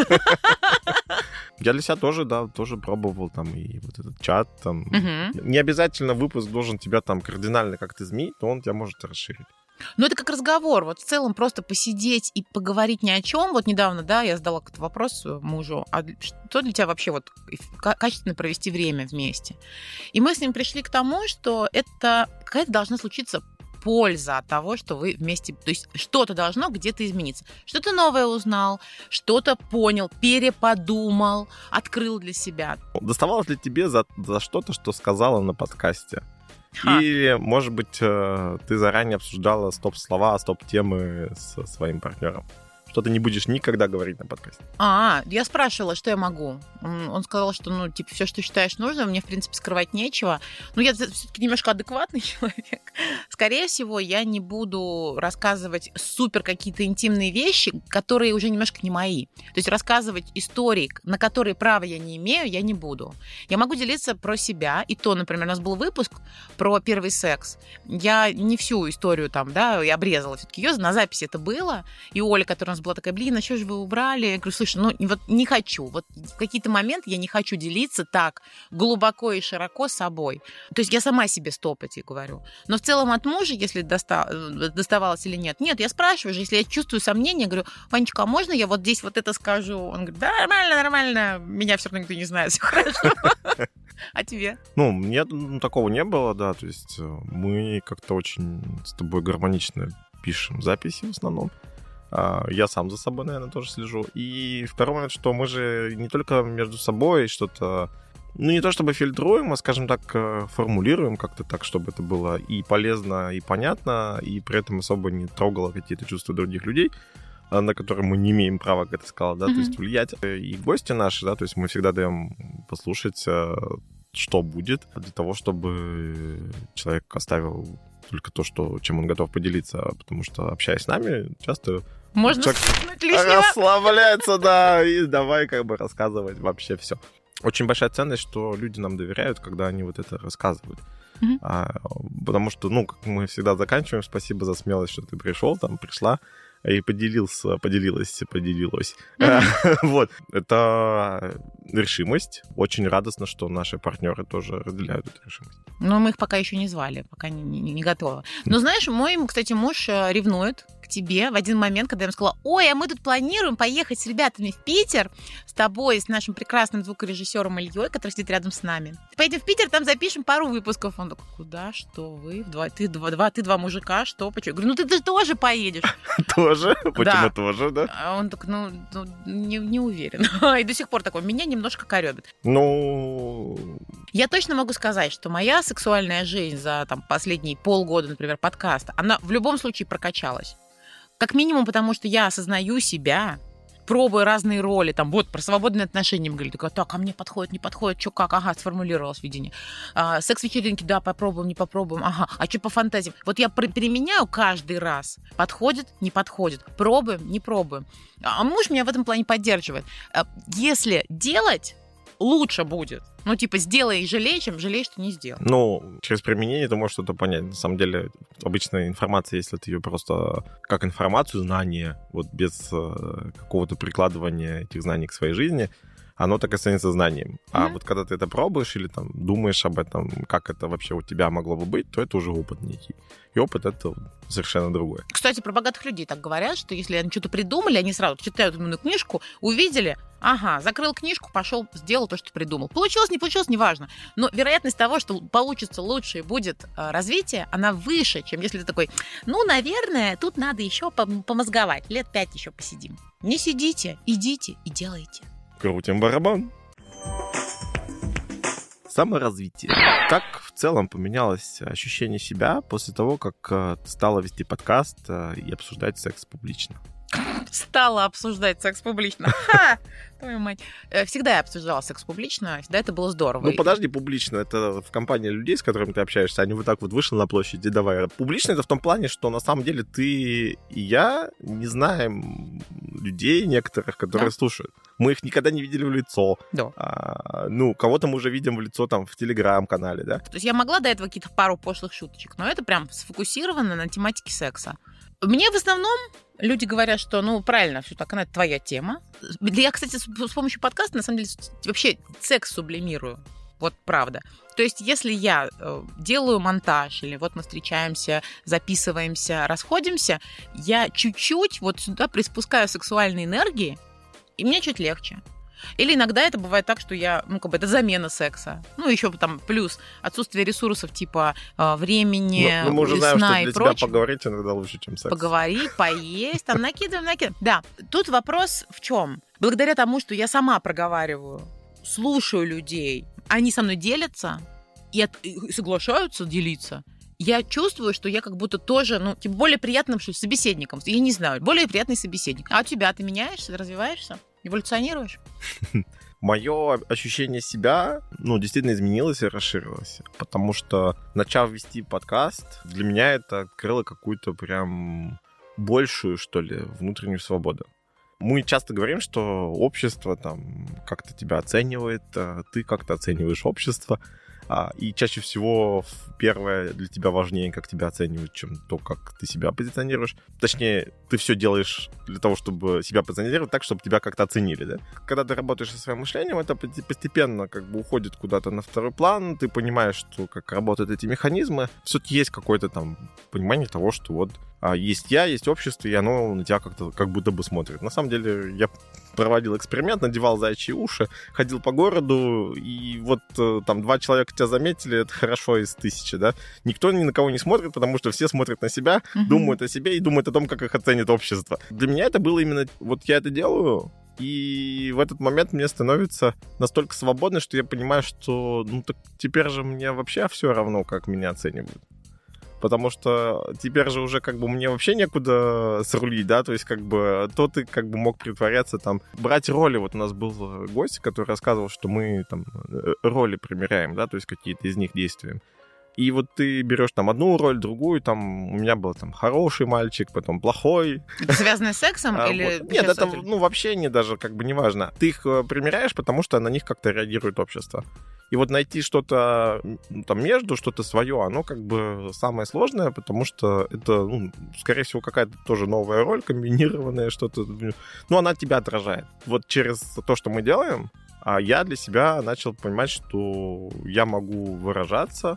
Я для себя тоже пробовал там и вот этот чат там. Не обязательно выпуск должен тебя там кардинально как-то изменить, но он тебя может расширить. Это как разговор. В целом просто посидеть и поговорить ни о чем. Недавно, я задала какой-то вопрос мужу, а что для тебя вообще качественно провести время вместе? И мы с ним пришли к тому, что это какая-то должна случиться польза от того, что вы вместе... То есть что-то должно где-то измениться. Что-то новое узнал, что-то понял, переподумал, открыл для себя. Доставалось ли тебе за что-то, что сказала на подкасте? Или, может быть, ты заранее обсуждала стоп-слова, стоп-темы со своим партнером? что ты не будешь никогда говорить на подкасте. Я спрашивала, что я могу. Он сказал, что, все, что считаешь нужным, мне, в принципе, скрывать нечего. Я все-таки немножко адекватный человек. Скорее всего, я не буду рассказывать супер какие-то интимные вещи, которые уже немножко не мои. То есть рассказывать истории, на которые права я не имею, я не буду. Я могу делиться про себя. И то, например, у нас был выпуск про первый секс. Я не всю историю я обрезала. Все-таки ее на записи это было. И Оля, которая у нас была такая, а что же вы убрали? Я говорю, слушай, не хочу. Вот в какие-то моменты я не хочу делиться так глубоко и широко с собой. То есть я сама себе стопать, я говорю. Но в целом от мужа, если доставалось или нет, я спрашиваю же, если я чувствую сомнения, говорю, Ванечка, а можно я вот здесь вот это скажу? Он говорит, да, нормально, меня все равно никто не знает, все хорошо. А тебе? Мне такого не было, да, то есть мы как-то очень с тобой гармонично пишем записи в основном. Я сам за собой, наверное, тоже слежу. И второй момент, что мы же не только между собой что-то, не то чтобы фильтруем, а, скажем так, формулируем как-то так, чтобы это было и полезно, и понятно, и при этом особо не трогало какие-то чувства других людей, на которые мы не имеем права, как ты сказала, да, то есть влиять. И гости наши, да, то есть мы всегда даем послушать, что будет, для того, чтобы человек оставил только то, чем он готов поделиться, потому что, общаясь с нами, часто можно лишнего. Расслабляется, да, и давай рассказывать вообще все. Очень большая ценность, что люди нам доверяют, когда они вот это рассказывают. Потому что, как мы всегда заканчиваем, спасибо за смелость, что ты пришел, пришла и поделилась. Вот. Это решимость. Очень радостно, что наши партнеры тоже разделяют эту решимость. Мы их пока еще не звали, пока не готовы. Но знаешь, мой, кстати, муж ревнует к тебе в один момент, когда я ему сказала, ой, а мы тут планируем поехать с ребятами в Питер, с тобой, с нашим прекрасным звукорежиссером Ильей, который сидит рядом с нами. Поедем в Питер, там запишем пару выпусков. Он такой, куда, что вы? Ты два мужика, что? Почему? Я говорю, ты же тоже поедешь. Тоже? Почему тоже, да? А он такой, не уверен. И до сих пор такой, меня немножко корёбит. Я точно могу сказать, что моя сексуальная жизнь за последние полгода, например, подкаста, она в любом случае прокачалась. Как минимум, потому что я осознаю себя, пробую разные роли, про свободные отношения мы говорили, а мне подходит, не подходит, что как, сформулировалось видение. Секс-вечеринки, да, попробуем, не попробуем, а что по фантазиям? Вот я переменяю каждый раз, подходит, не подходит, пробуем, не пробуем. А муж меня в этом плане поддерживает. Если делать, лучше будет. Сделай и жалей, чем жалей, что не сделал. Через применение ты можешь что-то понять. На самом деле, обычная информация, если ты ее просто как информацию, знание, без какого-то прикладывания этих знаний к своей жизни, оно так и останется знанием. А вот когда ты это пробуешь или думаешь об этом, как это вообще у тебя могло бы быть, то это уже опыт некий. И опыт — это совершенно другое. Кстати, про богатых людей так говорят, что если они что-то придумали, они сразу читают умную книжку, увидели, закрыл книжку, пошел, сделал то, что придумал. Получилось, не получилось, неважно. Но вероятность того, что получится лучше и будет развитие, она выше, чем если ты такой, наверное, тут надо еще помозговать. Лет 5 еще посидим. Не сидите, идите и делайте. Крутим барабан. Саморазвитие. Как в целом поменялось ощущение себя после того, как ты стала вести подкаст и обсуждать секс публично? Стала обсуждать секс публично. Твою мать. Всегда я обсуждала секс публично, всегда это было здорово. Подожди, публично. Это в компании людей, с которыми ты общаешься, они вот так вот вышли на площадь и давай. Публично это в том плане, что на самом деле ты и я не знаем людей некоторых, которые слушают. Мы их никогда не видели в лицо. Да. Кого-то мы уже видим в лицо в Телеграм-канале, да? То есть я могла до этого какие-то пару пошлых шуточек, но это прям сфокусировано на тематике секса. Мне в основном люди говорят, что, правильно, все так, это твоя тема. Я, кстати, с помощью подкаста, на самом деле, вообще секс сублимирую. Вот правда. То есть если я делаю монтаж, или мы встречаемся, записываемся, расходимся, я чуть-чуть сюда приспускаю сексуальной энергии, и мне чуть легче. Или иногда это бывает так, что я, это замена секса. Еще плюс отсутствие ресурсов типа времени, мы уже знаем, сна что и для прочего. тебя поговорить иногда лучше, чем секс. Поговорить, поесть, накидываем. Да, тут вопрос в чем? Благодаря тому, что я сама проговариваю, слушаю людей, они со мной делятся и соглашаются делиться, я чувствую, что я как будто тоже, более приятным, что ли, собеседником. Я не знаю, более приятный собеседник. А у тебя ты меняешься, ты развиваешься, эволюционируешь? Мое ощущение себя, действительно изменилось и расширилось. Потому что, начав вести подкаст, для меня это открыло какую-то прям большую, что ли, внутреннюю свободу. Мы часто говорим, что общество там как-то тебя оценивает, ты как-то оцениваешь общество. И чаще всего первое для тебя важнее, как тебя оценивают, чем то, как ты себя позиционируешь. Точнее, ты все делаешь для того, чтобы себя позиционировать так, чтобы тебя как-то оценили, да? Когда ты работаешь со своим мышлением, это постепенно как бы уходит куда-то на второй план, ты понимаешь, что как работают эти механизмы. Все-таки есть какое-то там понимание того, что вот есть я, есть общество, и оно на тебя как-то как будто бы смотрит. На самом деле, я проводил эксперимент, надевал заячьи уши, ходил по городу, и вот там 2 человека тебя заметили, это хорошо из 1000, да? Никто ни на кого не смотрит, потому что все смотрят на себя, думают о себе и думают о том, как их оценит общество. Для меня это было именно, вот я это делаю, и в этот момент мне становится настолько свободно, что я понимаю, что, так теперь же мне вообще все равно, как меня оценивают. Потому что теперь же уже как бы мне вообще некуда срулить, да, то есть как бы то ты как бы мог притворяться там, брать роли. Вот у нас был гость, который рассказывал, что мы там роли примеряем, да, то есть какие-то из них действуем. И вот ты берешь там одну роль, другую, там у меня был там хороший мальчик, потом плохой. Это связано с сексом или... Вот. Нет, это вообще не даже как бы не важно. Ты их примеряешь, потому что на них как-то реагирует общество. И вот найти что-то там между, что-то свое, оно как бы самое сложное, потому что это, скорее всего, какая-то тоже новая роль, комбинированная что-то. Она тебя отражает. Вот через то, что мы делаем, я для себя начал понимать, что я могу выражаться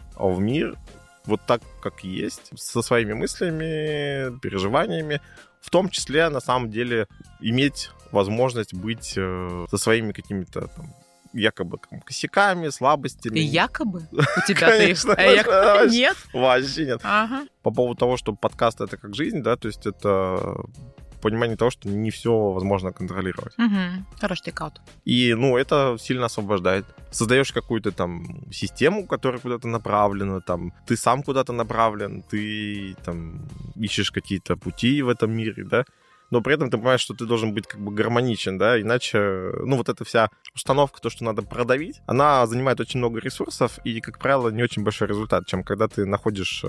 в мир вот так, как есть, со своими мыслями, переживаниями, в том числе, на самом деле, иметь возможность быть со своими какими-то там якобы там, косяками, слабостями. И якобы? У тебя-то их... Нет? Вообще нет. По поводу того, что подкаст — это как жизнь, да, то есть это понимание того, что не все возможно контролировать. Хороший тейк-аут. И, это сильно освобождает. Создаешь какую-то там систему, которая куда-то направлена, там, ты сам куда-то направлен, ты там ищешь какие-то пути в этом мире, да, но при этом ты понимаешь, что ты должен быть как бы гармоничен, да, иначе, вот эта вся установка, то, что надо продавить, она занимает очень много ресурсов и, как правило, не очень большой результат, чем когда ты находишь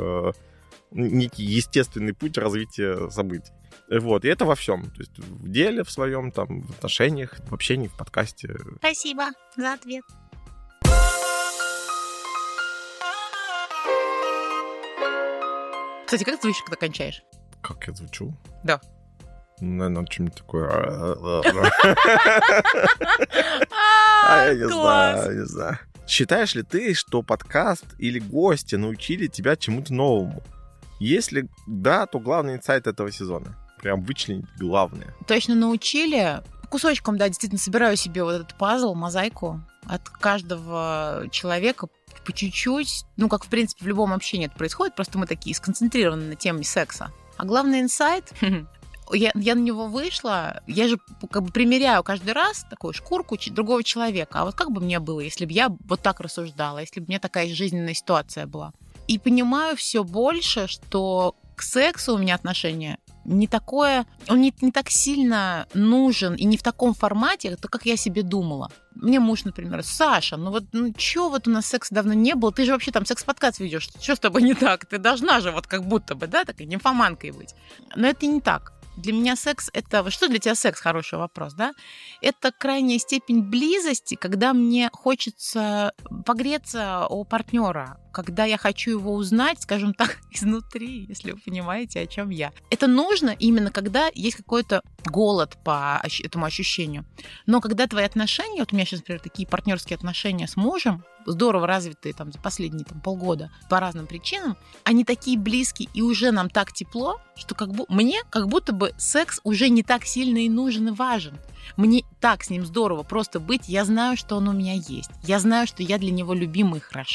некий естественный путь развития событий. Вот, и это во всем. То есть в деле в своем, там, в отношениях, в общении, в подкасте. Спасибо за ответ. Кстати, как ты звучишь, когда кончаешь? Как я звучу? Да. Наверное, что-нибудь такое... Я не знаю. Считаешь ли ты, что подкаст или гости научили тебя чему-то новому? Если да, то главный инсайт этого сезона. Прям вычленить главное. Точно научили. Кусочком, да, действительно собираю себе вот этот пазл, мозаику от каждого человека по чуть-чуть. Как, в принципе, в любом общении это происходит, просто мы такие сконцентрированы на теме секса. А главный инсайт... Я на него вышла, я же как бы примеряю каждый раз такую шкурку другого человека. А вот как бы мне было, если бы я вот так рассуждала, если бы у меня такая жизненная ситуация была. И понимаю все больше, что к сексу у меня отношение не такое, он не так сильно нужен и не в таком формате, как я себе думала. Мне муж, например, Саша, чё вот у нас секса давно не было, ты же вообще там секс-подкаст ведешь, что с тобой не так? Ты должна же вот как будто бы, да, такой нимфоманкой быть. Но это не так. Для меня секс — это... Что для тебя секс? Хороший вопрос, да? Это крайняя степень близости, когда мне хочется погреться у партнера, когда я хочу его узнать, скажем так, изнутри, если вы понимаете, о чем я. Это нужно именно когда есть какой-то голод по этому ощущению. Но когда твои отношения, вот у меня сейчас, например, такие партнерские отношения с мужем, здорово развитые там, за последние по-полгода по разным причинам, они такие близкие, и уже нам так тепло, что мне как будто бы секс уже не так сильно и нужен и важен. Мне так с ним здорово просто быть. Я знаю, что он у меня есть. Я знаю, что я для него любима и хороша.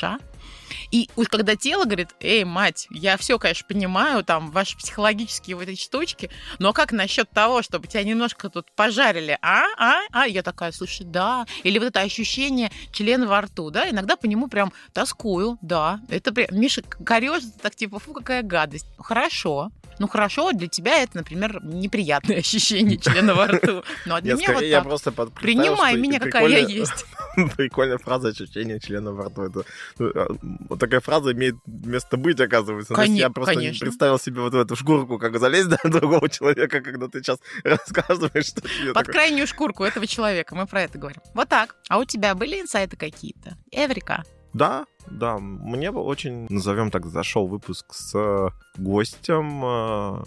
И уж когда тело говорит: эй, мать, я все, конечно, понимаю, там, ваши психологические вот эти штучки, но как насчет того, чтобы тебя немножко тут пожарили, Я такая: слушай, да. Или вот это ощущение члена во рту, да, иногда по нему прям тоскую, да. Это прям, Миша корёжится так, типа, фу, какая гадость. Хорошо. Ну, хорошо, для тебя это, например, неприятное ощущение члена во рту. Ну, а для меня вот я так. просто Принимай меня, какая я есть. Прикольная фраза «ощущение члена во рту». Это, вот такая фраза имеет место быть, оказывается. Я просто не представил себе вот в эту шкурку, как залезть до другого человека, когда ты сейчас рассказываешь, что тебе под крайнюю шкурку этого человека, мы про это говорим. Вот так. А у тебя были инсайты какие-то? Эврика? Да, мне очень, назовем так, зашел выпуск с гостем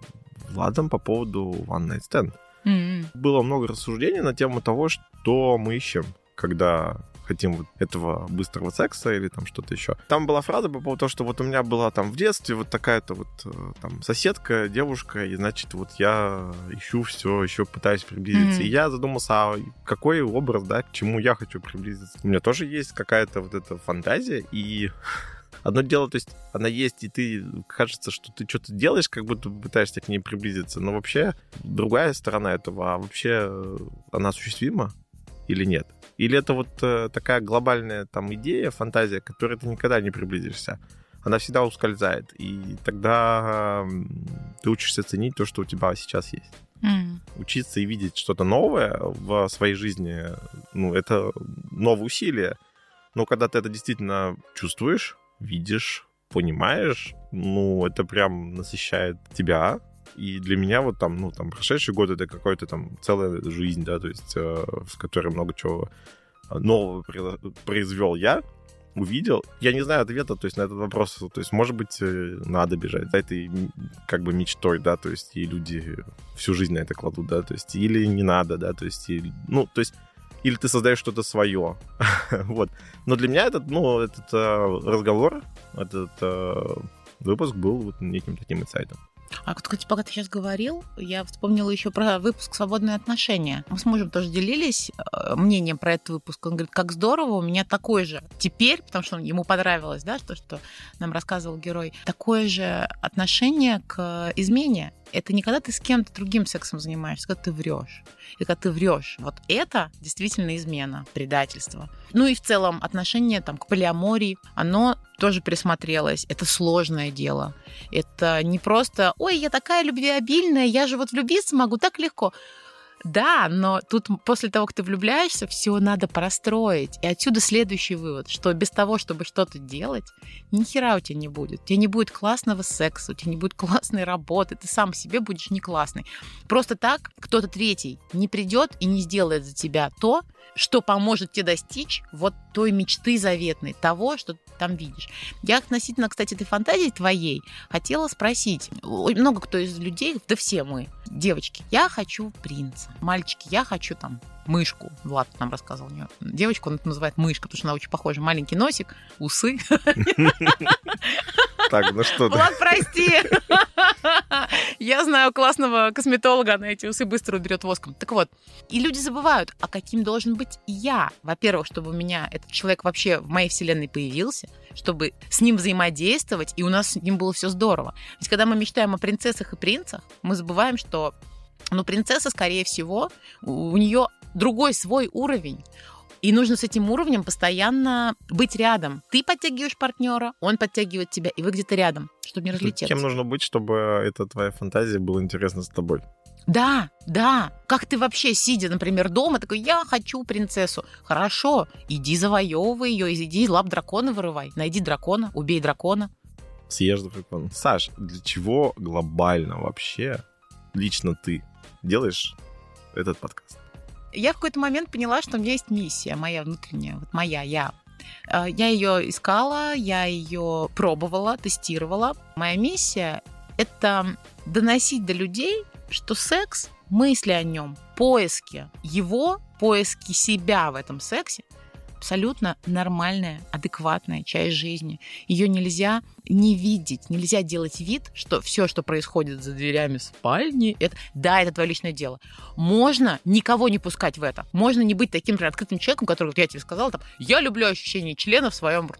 Владом по поводу One Night Stand. Было много рассуждений на тему того, что мы ищем, когда хотим вот этого быстрого секса или там что-то еще. Там была фраза по поводу того, что вот у меня была там в детстве вот такая-то вот там соседка, девушка, и значит вот я ищу все, еще пытаюсь приблизиться. И я задумался, а какой образ, да, к чему я хочу приблизиться. У меня тоже есть какая-то вот эта фантазия, и одно дело, то есть она есть, и ты, кажется, что ты что-то делаешь, как будто пытаешься к ней приблизиться, но вообще другая сторона этого, а вообще она осуществима или нет? Или это вот такая глобальная там идея, фантазия, к которой ты никогда не приблизишься? Она всегда ускользает, и тогда ты учишься ценить то, что у тебя сейчас есть. Учиться и видеть что-то новое в своей жизни, ну, это новое усилие. Но когда ты это действительно чувствуешь, видишь, понимаешь, ну, это прям насыщает тебя. И для меня вот там, ну, там, прошедший год — это какая-то там целая жизнь, да, то есть в которой много чего нового произвел я, увидел. Я не знаю ответа, то есть на этот вопрос, то есть, может быть, надо бежать за этой, как бы, мечтой, да, то есть и люди всю жизнь на это кладут, да, то есть или не надо, да, то есть, ну, то есть или ты создаешь что-то свое. Вот. Но для меня этот разговор, этот выпуск был вот неким таким инсайтом. А, кстати, пока ты сейчас говорил, я вспомнила еще про выпуск «Свободные отношения». Мы с мужем тоже делились мнением про этот выпуск. Он говорит: как здорово, у меня такой же теперь, потому что ему понравилось, да, то, что нам рассказывал герой, такое же отношение к измене. Это не когда ты с кем-то другим сексом занимаешься, когда ты врешь. И когда ты врешь, вот это действительно измена, предательство. Ну и в целом отношение там к полиамории, оно тоже присмотрелось. Это сложное дело. Это не просто: ой, я такая любвеобильная, я же вот влюбиться могу так легко. Да, но тут после того, как ты влюбляешься, все надо простроить. И отсюда следующий вывод, что без того, чтобы что-то делать, ни хера у тебя не будет. У тебя не будет классного секса, у тебя не будет классной работы, ты сам себе будешь не классный. Просто так кто-то третий не придет и не сделает за тебя то, что поможет тебе достичь вот той мечты заветной, того, что ты там видишь. Я относительно, кстати, этой фантазии твоей хотела спросить. Много кто из людей, да все мы, девочки, я хочу принца. Мальчики, я хочу там мышку. Влад нам рассказывал. Девочку он это называет мышка, потому что она очень похожа. Маленький носик, усы. Так, ну что ты? Влад, прости. Я знаю классного косметолога, она эти усы быстро уберет воском. Так вот, и люди забывают, а каким должен быть я? Во-первых, чтобы у меня этот человек вообще в моей вселенной появился, чтобы с ним взаимодействовать, и у нас с ним было все здорово. Ведь когда мы мечтаем о принцессах и принцах, мы забываем, что принцесса, скорее всего, у нее другой свой уровень. И нужно с этим уровнем постоянно быть рядом. Ты подтягиваешь партнера, он подтягивает тебя, и вы где-то рядом, чтобы не разлететься. Кем нужно быть, чтобы эта твоя фантазия была интересна с тобой? Да. Как ты вообще, сидя, например, дома, такой: я хочу принцессу. Хорошо, иди завоевывай ее, иди из лап дракона вырывай. Найди дракона, убей дракона. Съешь дракона. Саш, для чего глобально вообще лично ты делаешь этот подкаст? Я в какой-то момент поняла, что у меня есть миссия моя внутренняя, вот моя, я. Я ее искала, я ее пробовала, тестировала. Моя миссия — это доносить до людей, что секс, мысли о нем, поиски себя в этом сексе абсолютно нормальная, адекватная часть жизни. Ее нельзя не видеть, нельзя делать вид, что все, что происходит за дверями спальни, это твое личное дело. Можно никого не пускать в это. Можно не быть таким, например, открытым человеком, который, вот я тебе сказала, там: я люблю ощущение члена в своем рту.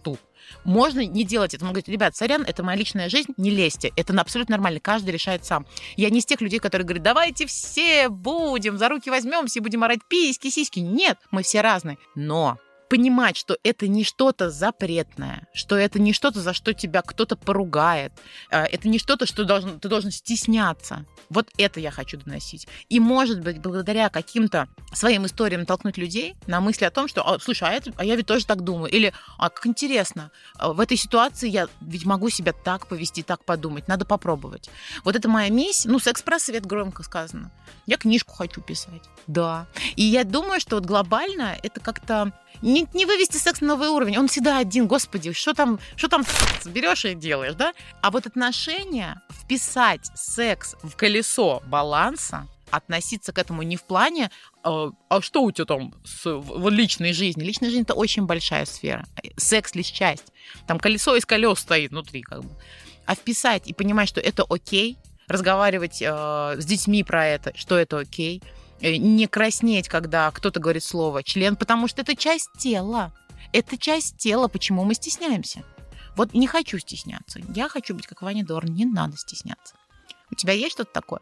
Можно не делать это. Он говорит, ребят, сорян, это моя личная жизнь, не лезьте. Это абсолютно нормально, каждый решает сам. Я не из тех людей, которые говорят, давайте все будем, за руки возьмемся и будем орать письки, сиськи. Нет, мы все разные. Но понимать, что это не что-то запретное, что это не что-то, за что тебя кто-то поругает, это не что-то, что ты должен стесняться. Вот это я хочу доносить. И, может быть, благодаря каким-то своим историям толкнуть людей на мысли о том, что, слушай, я ведь тоже так думаю. Или, как интересно, в этой ситуации я ведь могу себя так повести, так подумать. Надо попробовать. Вот это моя миссия. Секс-просвет, громко сказано. Я книжку хочу писать. Да. И я думаю, что вот глобально это как-то не вывести секс на новый уровень. Он всегда один. Господи, что там берешь и делаешь, да? А вот отношения, вписать секс в колесо баланса, относиться к этому не в плане, а что у тебя там с личной жизнью? Личная жизнь – это очень большая сфера. Секс – лишь часть. Там колесо из колес стоит внутри как бы. А вписать и понимать, что это окей, разговаривать с детьми про это, что это окей, не краснеть, когда кто-то говорит слово «член», потому что это часть тела. Это часть тела. Почему мы стесняемся? Вот не хочу стесняться. Я хочу быть как Ваня Дорн. Не надо стесняться. У тебя есть что-то такое?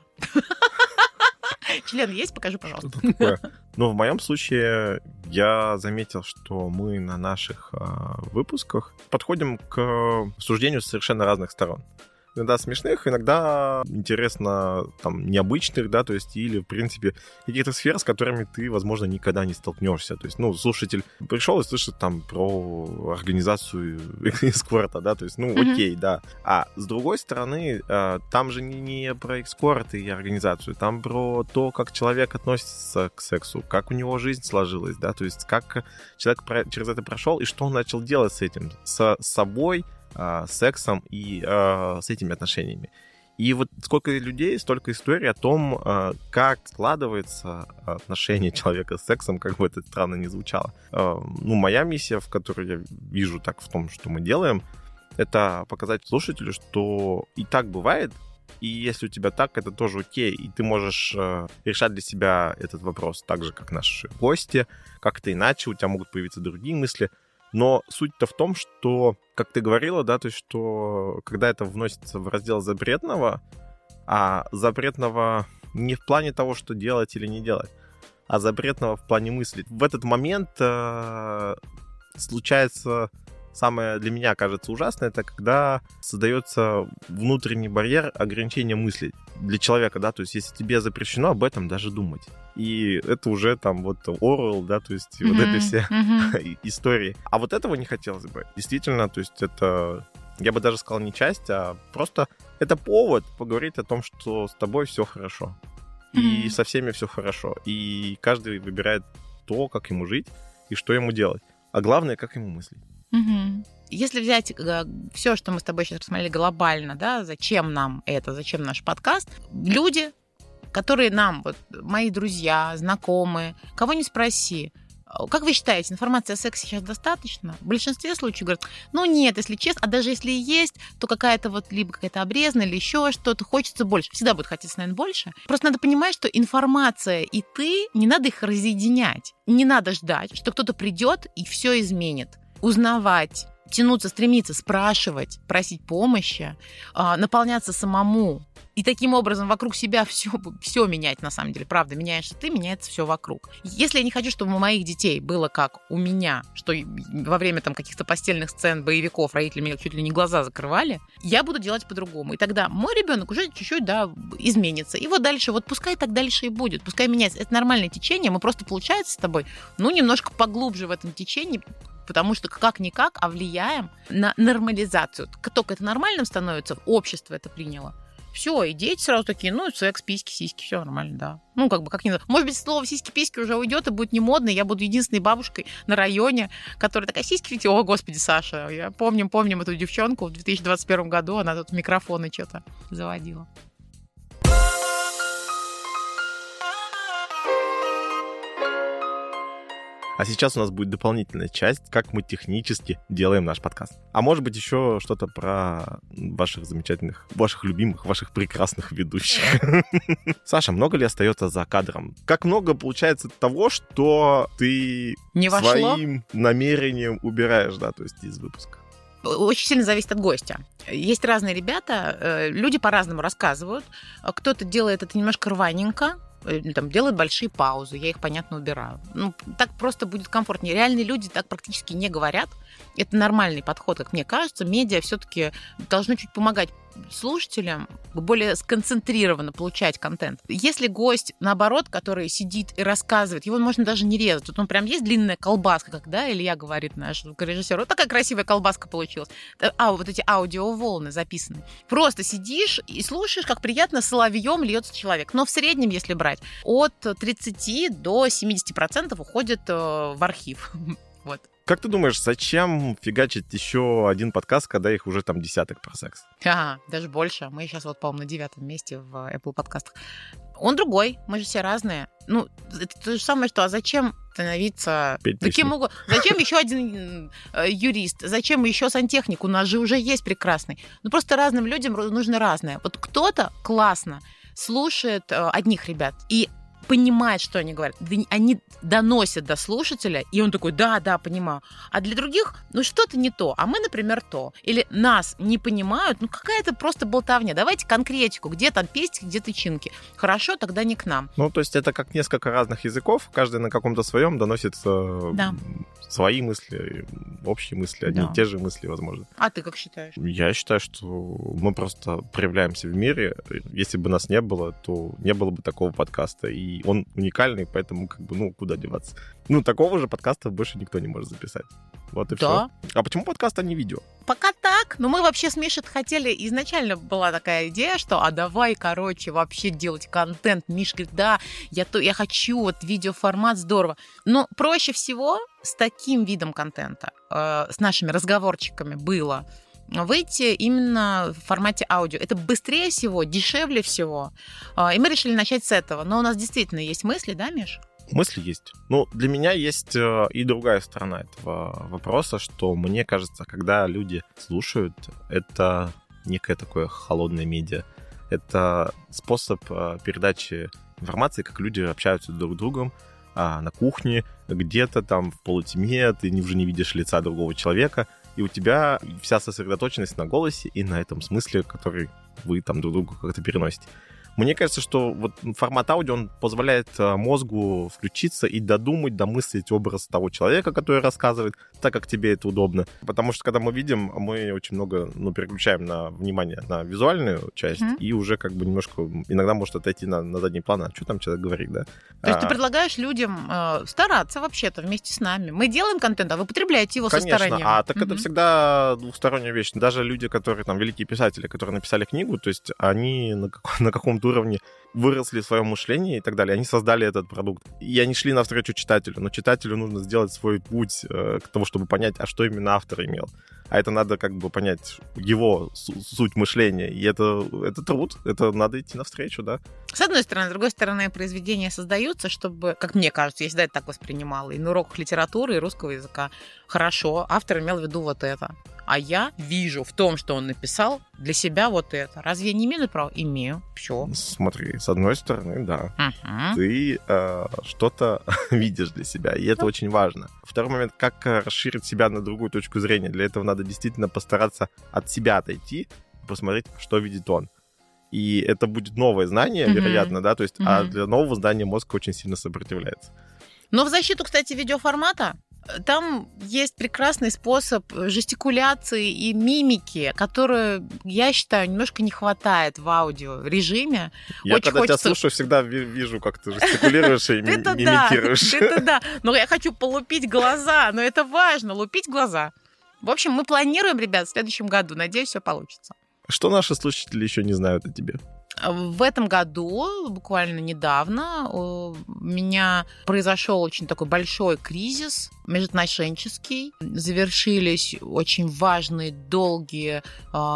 Член есть? Покажи, пожалуйста. Ну, в моем случае я заметил, что мы на наших выпусках подходим к обсуждению с совершенно разных сторон. Иногда смешных, иногда интересно, там, необычных, да, то есть, или, в принципе, каких-то сфер, с которыми ты, возможно, никогда не столкнешься. То есть, слушатель пришел и слышит там про организацию эскорта, да, то есть, окей, да. А с другой стороны, там же не про эскорт и организацию, там про то, как человек относится к сексу, как у него жизнь сложилась, да, то есть, как человек через это прошел и что он начал делать с этим, с собой, сексом и с этими отношениями. И вот сколько людей, столько историй о том, как складывается отношение человека с сексом, как бы это странно ни звучало. Моя миссия, в которой я вижу так в том, что мы делаем, это показать слушателю, что и так бывает, и если у тебя так, это тоже окей, и ты можешь решать для себя этот вопрос так же, как наши гости, как-то иначе, у тебя могут появиться другие мысли. Но суть-то в том, что, как ты говорила, да, то есть, что когда это вносится в раздел запретного, а запретного не в плане того, что делать или не делать, а запретного в плане мысли. В этот момент случается самое для меня, кажется, ужасное, это когда создается внутренний барьер ограничения мыслей для человека, да, то есть если тебе запрещено об этом даже думать. И это уже там вот Оруэлл, да, то есть вот эти все истории. А вот этого не хотелось бы. Действительно, то есть это, я бы даже сказал, не часть, а просто это повод поговорить о том, что с тобой все хорошо. И со всеми все хорошо. И каждый выбирает то, как ему жить и что ему делать. А главное, как ему мыслить. Если взять все, что мы с тобой сейчас рассмотрели глобально, да, зачем нам это, зачем наш подкаст, люди, которые нам, вот мои друзья, знакомые, кого не спроси, как вы считаете, информации о сексе сейчас достаточно? В большинстве случаев говорят, нет, если честно, а даже если и есть, то какая-то вот либо какая-то обрезанная или еще что-то, хочется больше. Всегда будет хотеться, наверное, больше. Просто надо понимать, что информация и ты, не надо их разъединять. Не надо ждать, что кто-то придет и все изменит. Узнавать, тянуться, стремиться, спрашивать, просить помощи, наполняться самому. И таким образом вокруг себя все менять, на самом деле. Правда, меняешься ты, меняется все вокруг. Если я не хочу, чтобы у моих детей было как у меня, что во время там каких-то постельных сцен, боевиков родители мне чуть ли не глаза закрывали, я буду делать по-другому. И тогда мой ребенок уже чуть-чуть, да, изменится. И вот дальше, вот пускай так дальше и будет, пускай меняется. Это нормальное течение, мы просто, получается, с тобой, немножко поглубже в этом течении, потому что как-никак, а влияем на нормализацию. Как только это нормальным становится, общество это приняло, все, и дети сразу такие, секс, письки, сиськи, все нормально, да. Как не надо. Может быть, слово сиськи-письки уже уйдет и будет не модно, я буду единственной бабушкой на районе, которая такая, сиськи, о, господи, Саша, я помним эту девчонку в 2021 году, она тут микрофоны что-то заводила. А сейчас у нас будет дополнительная часть, как мы технически делаем наш подкаст. А может быть, еще что-то про ваших замечательных, ваших любимых, ваших прекрасных ведущих. Саша, много ли остается за кадром? Как много получается того, что ты своим намерением убираешь, да, то есть из выпуска? Очень сильно зависит от гостя. Есть разные ребята, люди по-разному рассказывают. Кто-то делает это немножко рваненько, там, делают большие паузы, я их, понятно, убираю. Так просто будет комфортнее. Реальные люди так практически не говорят. Это нормальный подход, как мне кажется. Медиа все-таки должны чуть помогать слушателям более сконцентрированно получать контент. Если гость, наоборот, который сидит и рассказывает, его можно даже не резать. Вот он прям есть длинная колбаска, как, да, Илья говорит, наш режиссер. Вот такая красивая колбаска получилась. Вот эти аудиоволны записаны. Просто сидишь и слушаешь, как приятно соловьем льется человек. Но в среднем, если брать, от 30 до 70% уходит в архив. Вот. Как ты думаешь, зачем фигачить еще один подкаст, когда их уже там десяток про секс? Даже больше. Мы сейчас вот, по-моему, на 9 месте в Apple подкастах. Он другой, мы же все разные. Это то же самое, что, а зачем становиться таким угодно? Зачем еще один юрист? Зачем еще сантехник? У нас же уже есть прекрасный. Просто разным людям нужно разное. Вот кто-то классно слушает одних ребят и понимает, что они говорят. Они доносят до слушателя, и он такой, да, понимаю. А для других, что-то не то. А мы, например, то. Или нас не понимают, какая-то просто болтовня. Давайте конкретику. Где там пестики, где тычинки. Хорошо, тогда не к нам. То есть это как несколько разных языков, каждый на каком-то своем доносит свои мысли, общие мысли, одни и те же мысли, возможно. А ты как считаешь? Я считаю, что мы просто проявляемся в мире. Если бы нас не было, то не было бы такого подкаста. И он уникальный, поэтому куда деваться. Такого же подкаста больше никто не может записать. Вот и все. А почему подкаст, а не видео? Пока так. Мы вообще с Мишей хотели... Изначально была такая идея, что давай, вообще делать контент. Миша говорит, да, я хочу, видеоформат, здорово. Но проще всего с таким видом контента, с нашими разговорчиками было выйти именно в формате аудио. Это быстрее всего, дешевле всего. И мы решили начать с этого. Но у нас действительно есть мысли, да, Миш? Мысли есть. Для меня есть и другая сторона этого вопроса, что мне кажется, когда люди слушают, это некое такое холодное медиа. Это способ передачи информации, как люди общаются друг с другом на кухне, где-то там в полутьме, ты уже не видишь лица другого человека, и у тебя вся сосредоточенность на голосе и на этом смысле, который вы там друг другу как-то переносите. Мне кажется, что формат аудио, он позволяет мозгу включиться и додумать, домыслить образ того человека, который рассказывает, так как тебе это удобно. Потому что, когда мы видим, мы очень много переключаем внимание на визуальную часть, и уже немножко иногда может отойти на задний план, а что там человек говорит, да? То есть ты предлагаешь людям стараться вообще-то вместе с нами. Мы делаем контент, а вы потребляете его со стороны. Конечно, это всегда двухсторонняя вещь. Даже люди, которые великие писатели, которые написали книгу, то есть они на каком-то уровне выросли в своем мышлении и так далее. Они создали этот продукт. И они шли навстречу читателю. Но читателю нужно сделать свой путь к тому, чтобы понять, а что именно автор имел. А это надо понять его суть мышления. И это труд. Это надо идти навстречу, да. С одной стороны. С другой стороны, произведения создаются, чтобы, как мне кажется, я всегда это так воспринимала, и на уроках литературы и русского языка. Хорошо, автор имел в виду вот это. А я вижу в том, что он написал, для себя вот это. Разве я не имею права? Имею. Все. Смотри, с одной стороны, да. Ты что-то видишь для себя, и это очень важно. Второй момент, как расширить себя на другую точку зрения. Для этого надо действительно постараться от себя отойти, посмотреть, что видит он. И это будет новое знание, вероятно, да, то есть, а для нового знания мозг очень сильно сопротивляется. Но в защиту, кстати, видеоформата, там есть прекрасный способ жестикуляции и мимики, которую, я считаю, немножко не хватает в аудиорежиме. Я когда тебя слушаю, всегда вижу, как ты жестикулируешь и мимикируешь. Это да, но я хочу полупить глаза, но это важно, лупить глаза. В общем, мы планируем, ребят, в следующем году. Надеюсь, все получится. Что наши слушатели еще не знают о тебе? В этом году, буквально недавно, у меня произошел очень такой большой кризис межотношенческий. Завершились очень важные, долгие,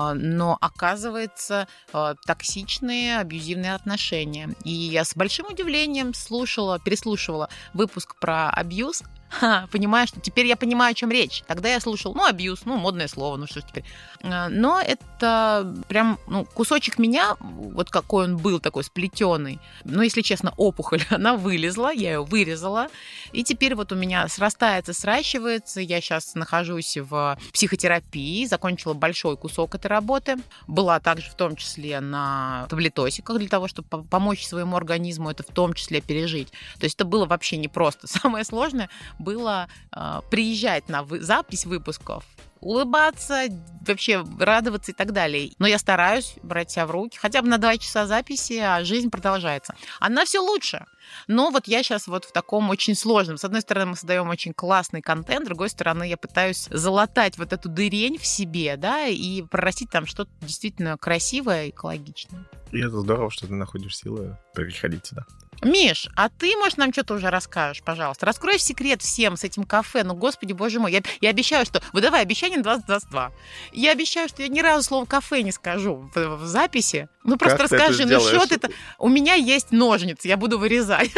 но, оказывается, токсичные, абьюзивные отношения. И я с большим удивлением переслушивала выпуск про абьюз. понимаю, что теперь я понимаю, о чем речь. Тогда я слушал, абьюз, модное слово, что ж теперь. Но это прям, кусочек меня, вот какой он был, такой сплетенный. Если честно, опухоль, она вылезла, я ее вырезала, и теперь вот у меня срастается, сращивается. Я сейчас нахожусь в психотерапии, закончила большой кусок этой работы. Была также в том числе на таблетосиках для того, чтобы помочь своему организму это в том числе пережить. То есть это было вообще непросто. Самое сложное было приезжать на запись выпусков, улыбаться, вообще радоваться и так далее. Но я стараюсь брать себя в руки, хотя бы на 2 часа записи, а жизнь продолжается. Она все лучше. Но вот я сейчас вот в таком очень сложном. С одной стороны, мы создаем очень классный контент, с другой стороны, я пытаюсь залатать вот эту дырень в себе, да, и прорастить там что-то действительно красивое и экологичное. И это здорово, что ты находишь силы переходить сюда. Миш, а ты, может, нам что-то уже расскажешь, пожалуйста? Раскрой секрет всем с этим кафе. Господи, боже мой, я обещаю, что... Выдавай обещание 2022. Я обещаю, что я ни разу слово «кафе» не скажу в записи. Просто расскажи, что ты... У меня есть ножницы, я буду вырезать.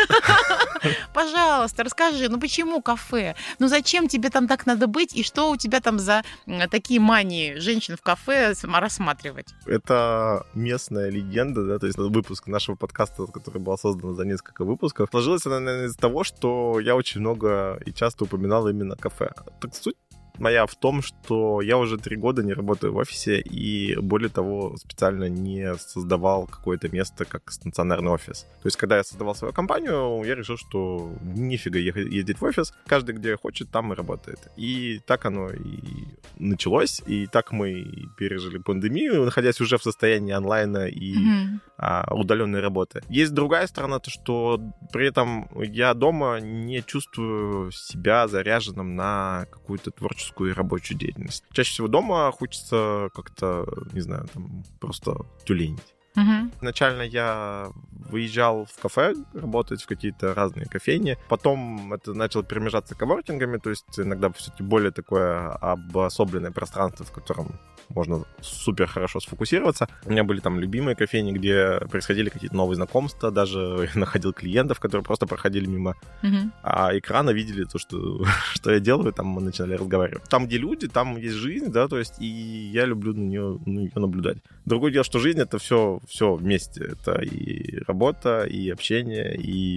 Пожалуйста, расскажи, почему кафе? Зачем тебе там так надо быть? И что у тебя там за такие мании женщин в кафе рассматривать? Это местная легенда, да, то есть выпуск нашего подкаста, который был создан за несколько выпусков. Сложилось она, наверное, из-за того, что я очень много и часто упоминал именно кафе. Так суть моя в том, что я уже 3 года не работаю в офисе и, более того, специально не создавал какое-то место как стационарный офис. То есть, когда я создавал свою компанию, я решил, что нифига ездить в офис. Каждый, где хочет, там и работает. И так оно и началось, и так мы пережили пандемию, находясь уже в состоянии онлайна и удаленной работы. Есть другая сторона, то что при этом я дома не чувствую себя заряженным на какую-то творческую и рабочую деятельность. Чаще всего дома хочется как-то, не знаю, там просто тюленить. Изначально я выезжал в кафе работать, в какие-то разные кофейни. Потом это начало перемежаться коворкингами, то есть иногда все-таки более такое обособленное пространство, в котором можно супер хорошо сфокусироваться. У меня были там любимые кофейни, где происходили какие-то новые знакомства, даже я находил клиентов, которые просто проходили мимо экрана, видели то, что я делаю, там мы начинали разговаривать. Там, где люди, там есть жизнь, да, то есть и я люблю на ее наблюдать. Другое дело, что жизнь — это все вместе. Это и работа, и общение,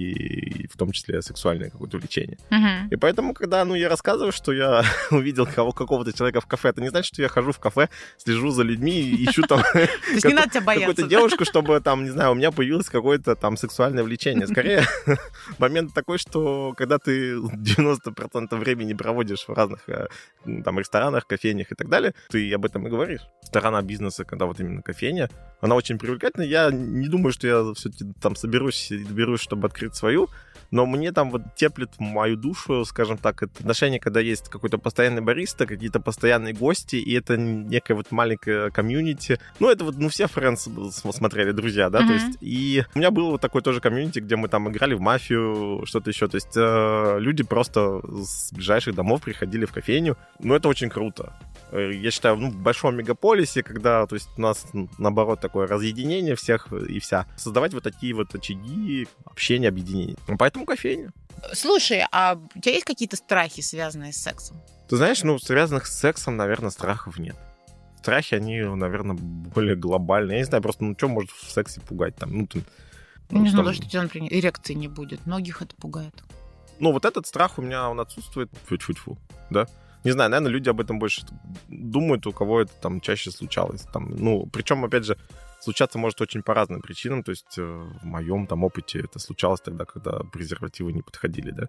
и в том числе сексуальное какое-то увлечение. И поэтому, когда я рассказываю, что я увидел какого-то человека в кафе, это не значит, что я хожу в кафе, слежу за людьми и ищу там какую-то девушку, чтобы там, не знаю, у меня появилось какое-то там сексуальное влечение. Скорее, момент такой, что когда ты 90% времени проводишь в разных там ресторанах, кофейнях и так далее, ты об этом и говоришь. Сторона бизнеса, когда вот именно кофейня, она очень привлекательна. Я не думаю, что я все-таки там соберусь и доберусь, чтобы открыть свою, но мне там вот теплит мою душу, скажем так, это отношение, когда есть какой-то постоянный бариста, какие-то постоянные гости, и это некая вот маленькая комьюнити. Это вот, все Friends смотрели, друзья, да, то есть, и у меня было вот такое тоже комьюнити, где мы там играли в мафию, что-то еще, то есть люди просто с ближайших домов приходили в кофейню, это очень круто. Я считаю, в большом мегаполисе, когда, то есть, у нас, наоборот, такое разъединение всех и вся, создавать вот такие вот очаги общения, объединения. Поэтому кофейня. Слушай, а у тебя есть какие-то страхи, связанные с сексом? Ты знаешь, связанных с сексом, наверное, страхов нет. Страхи, они, наверное, более глобальные. Я не знаю, просто, что может в сексе пугать там? Не знаю, даже что у тебя, например, эрекции не будет. Многих это пугает. Вот этот страх у меня, он отсутствует. Фу-фу-фу, да? Не знаю, наверное, люди об этом больше думают, у кого это там чаще случалось. Причем, опять же, случаться может очень по разным причинам. То есть в моем там опыте это случалось тогда, когда презервативы не подходили, да.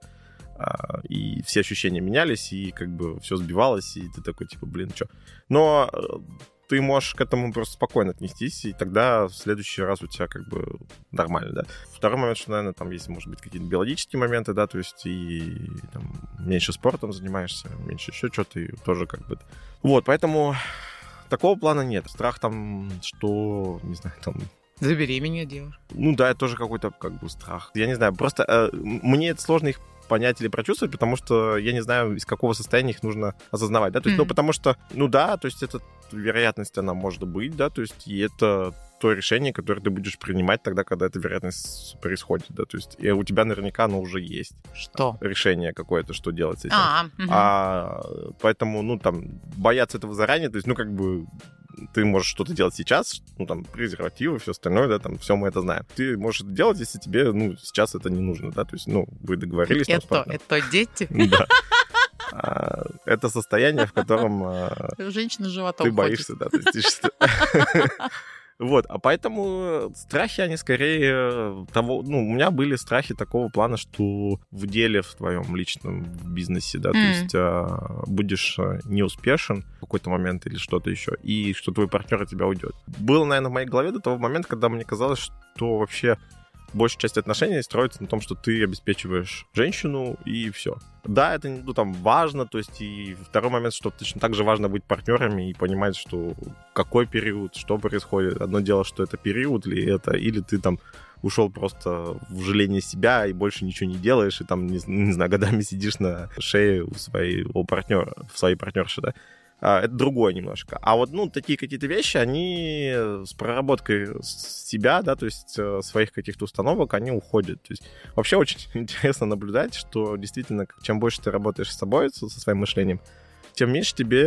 И все ощущения менялись, и как бы все сбивалось, и ты такой, типа, что? Но ты можешь к этому просто спокойно отнестись, и тогда в следующий раз у тебя как бы нормально, да. Второй момент, что, наверное, там есть, может быть, какие-то биологические моменты, да, то есть и там меньше спортом занимаешься, меньше еще что-то, и тоже как бы... Поэтому такого плана нет. Страх там, что, не знаю, там... Забеременеть девушка. Да, это тоже какой-то как бы страх. Я не знаю, просто мне это сложно их понять или прочувствовать, потому что я не знаю, из какого состояния их нужно осознавать, да, то есть, потому что, да, то есть, эта вероятность, она может быть, да, то есть, и это то решение, которое ты будешь принимать тогда, когда эта вероятность происходит, да, то есть и у тебя наверняка оно уже есть. Что? Решение какое-то, что делать с этим. Поэтому, ну, там, бояться этого заранее, то есть, ну, как бы, ты можешь что-то делать сейчас, ну, там, презервативы, все остальное, да, там, все мы это знаем. Ты можешь это делать, если тебе, ну, сейчас это не нужно, да, то есть, ну, вы договорились. Это дети? Да. Это состояние, в котором женщина с животом ты боишься, да, то есть вот, а поэтому страхи, они скорее того... Ну, у меня были страхи такого плана, что в деле в твоем личном бизнесе, да, то есть будешь неуспешен в какой-то момент или что-то еще, и что твой партнер от тебя уйдет. Было, наверное, в моей голове до того момента, когда мне казалось, что вообще большая часть отношений строится на том, что ты обеспечиваешь женщину, и все. Да, это, ну, там, важно, то есть и второй момент, что точно так же важно быть партнерами и понимать, что какой период, что происходит. Одно дело, что это период, или ты там ушел просто в жаление себя и больше ничего не делаешь, и там, не знаю, годами сидишь на шее у своего партнера, в своей партнерши, да. Это другое немножко. А вот, ну, такие какие-то вещи, они с проработкой себя, да, то есть своих каких-то установок, они уходят. То есть вообще очень интересно наблюдать, что действительно, чем больше ты работаешь с собой, со своим мышлением, тем меньше тебе,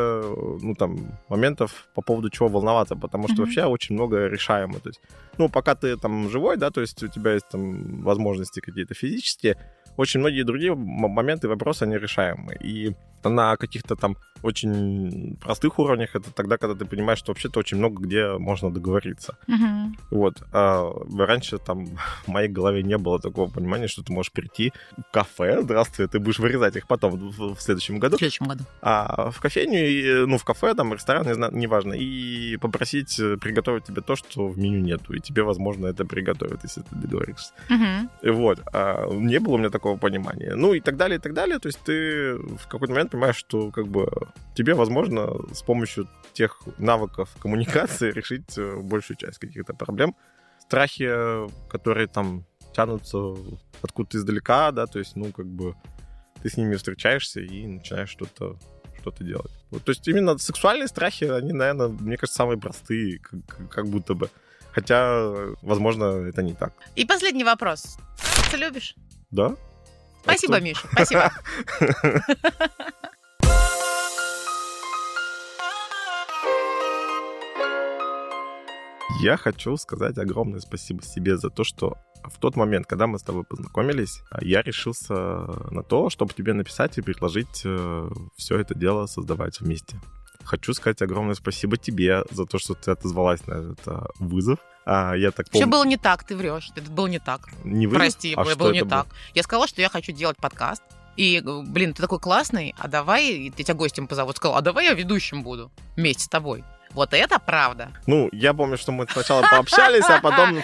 ну, там, моментов по поводу чего волноваться, потому что вообще очень много решаемо. То есть, ну, пока ты там живой, да, то есть у тебя есть там возможности какие-то физические, очень многие другие моменты, вопросы, они решаемы. И на каких-то там очень простых уровнях это тогда, когда ты понимаешь, что вообще-то очень много где можно договориться. Вот. А раньше там в моей голове не было такого понимания, что ты можешь прийти в кафе, здравствуй, ты будешь вырезать их потом в следующем году. В следующем году. А в кофейню, ну, в кафе, там, ресторан, не знаю, неважно, и попросить приготовить тебе то, что в меню нету, и тебе, возможно, это приготовят, если ты договоришься. И вот. А не было у меня такого понимания. Ну, и так далее, и так далее. То есть ты в какой-то момент понимаешь, что, как бы, тебе, возможно, с помощью тех навыков коммуникации решить большую часть каких-то проблем. Страхи, которые там тянутся откуда-то издалека, да, то есть, ну, как бы, ты с ними встречаешься и начинаешь что-то делать. Вот, то есть именно сексуальные страхи, они, наверное, мне кажется, самые простые, как будто бы. Хотя, возможно, это не так. И последний вопрос. Ты любишь? Да. Спасибо, Миша, спасибо. Я хочу сказать огромное спасибо себе за то, что в тот момент, когда мы с тобой познакомились, я решился на то, чтобы тебе написать и предложить все это дело создавать вместе. Хочу сказать огромное спасибо тебе за то, что ты отозвалась на этот вызов. Я так помню... Все было не так, ты врешь. Это было не так. Не вызов? Прости, было не так. Я сказала, что я хочу делать подкаст. И, блин, ты такой классный, а давай, я тебя гостем позову. Сказала, а давай я ведущим буду вместе с тобой. Вот это правда. Ну, я помню, что мы сначала пообщались, а потом...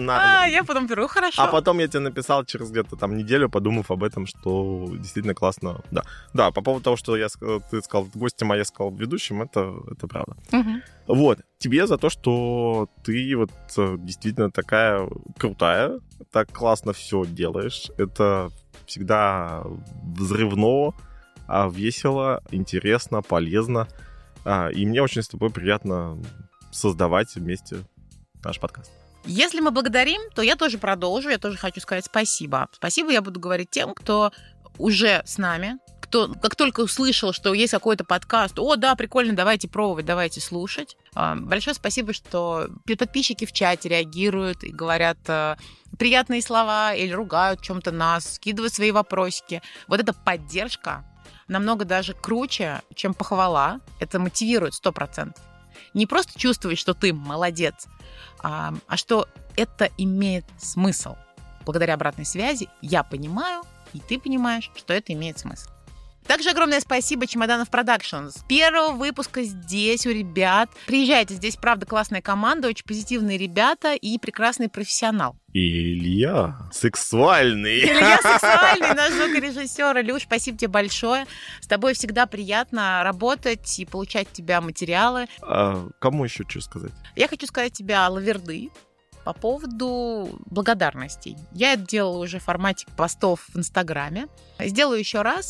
Я потом беру, хорошо. А потом я тебе написал через где-то там неделю, подумав об этом, что действительно классно. Да, по поводу того, что ты сказал гостем, а я сказал ведущим, это правда. Вот. Тебе за то, что ты вот действительно такая крутая, так классно все делаешь. Это всегда взрывно, весело, интересно, полезно. И мне очень с тобой приятно создавать вместе наш подкаст. Если мы благодарим, то я тоже продолжу. Я тоже хочу сказать спасибо. Спасибо я буду говорить тем, кто уже с нами, кто как только услышал, что есть какой-то подкаст, о, да, прикольно, давайте пробовать, давайте слушать. Большое спасибо, что подписчики в чате реагируют и говорят приятные слова или ругают в чем-то нас, скидывают свои вопросики. Вот эта поддержка намного даже круче, чем похвала. Это мотивирует 100%. Не просто чувствовать, что ты молодец, а что это имеет смысл. Благодаря обратной связи я понимаю, и ты понимаешь, что это имеет смысл. Также огромное спасибо Чемоданов Продакшн. С первого выпуска здесь у ребят. Приезжайте, здесь, правда, классная команда, очень позитивные ребята и прекрасный профессионал. Илья сексуальный. Илья сексуальный, наш звукорежиссер. Илюш, спасибо тебе большое. С тобой всегда приятно работать и получать от тебя материалы. Кому еще что сказать? Я хочу сказать тебе лаверды по поводу благодарностей. Я это делала уже в формате постов в Инстаграме. Сделаю еще раз.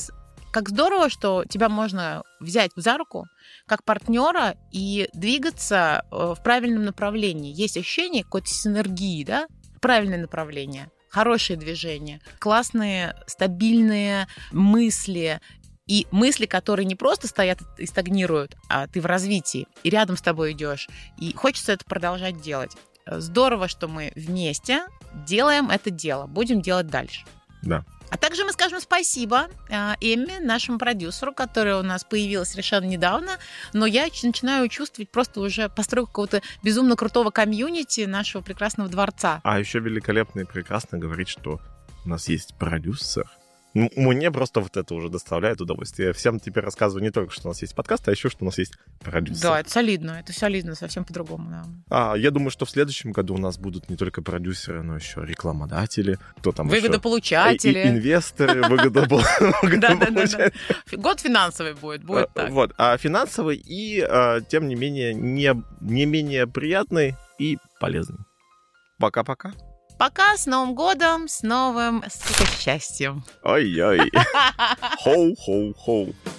как здорово, что тебя можно взять за руку как партнера и двигаться в правильном направлении. Есть ощущение какой-то синергии, да? Правильное направление, хорошие движения, классные, стабильные мысли. И мысли, которые не просто стоят и стагнируют, а ты в развитии, и рядом с тобой идешь. И хочется это продолжать делать. Здорово, что мы вместе делаем это дело. Будем делать дальше. Да. А также мы скажем спасибо Эмме, нашему продюсеру, которая у нас появилась совершенно недавно, но я начинаю чувствовать просто уже постройку какого-то безумно крутого комьюнити нашего прекрасного дворца. А еще великолепно и прекрасно говорить, что у нас есть продюсер. Мне просто вот это уже доставляет удовольствие. Я всем теперь рассказываю не только, что у нас есть подкаст, а еще, что у нас есть продюсер. Да, это солидно, совсем по-другому. Да. Я думаю, что в следующем году у нас будут не только продюсеры, но еще рекламодатели, кто там выгодополучатели. Еще? Инвесторы, выгодополучатели. Год финансовый будет так. Вот, а финансовый и, тем не менее, не менее приятный и полезный. Пока-пока. Пока, с Новым годом, с новым, сука, счастьем. Ой-ой. Хоу-хоу-хоу.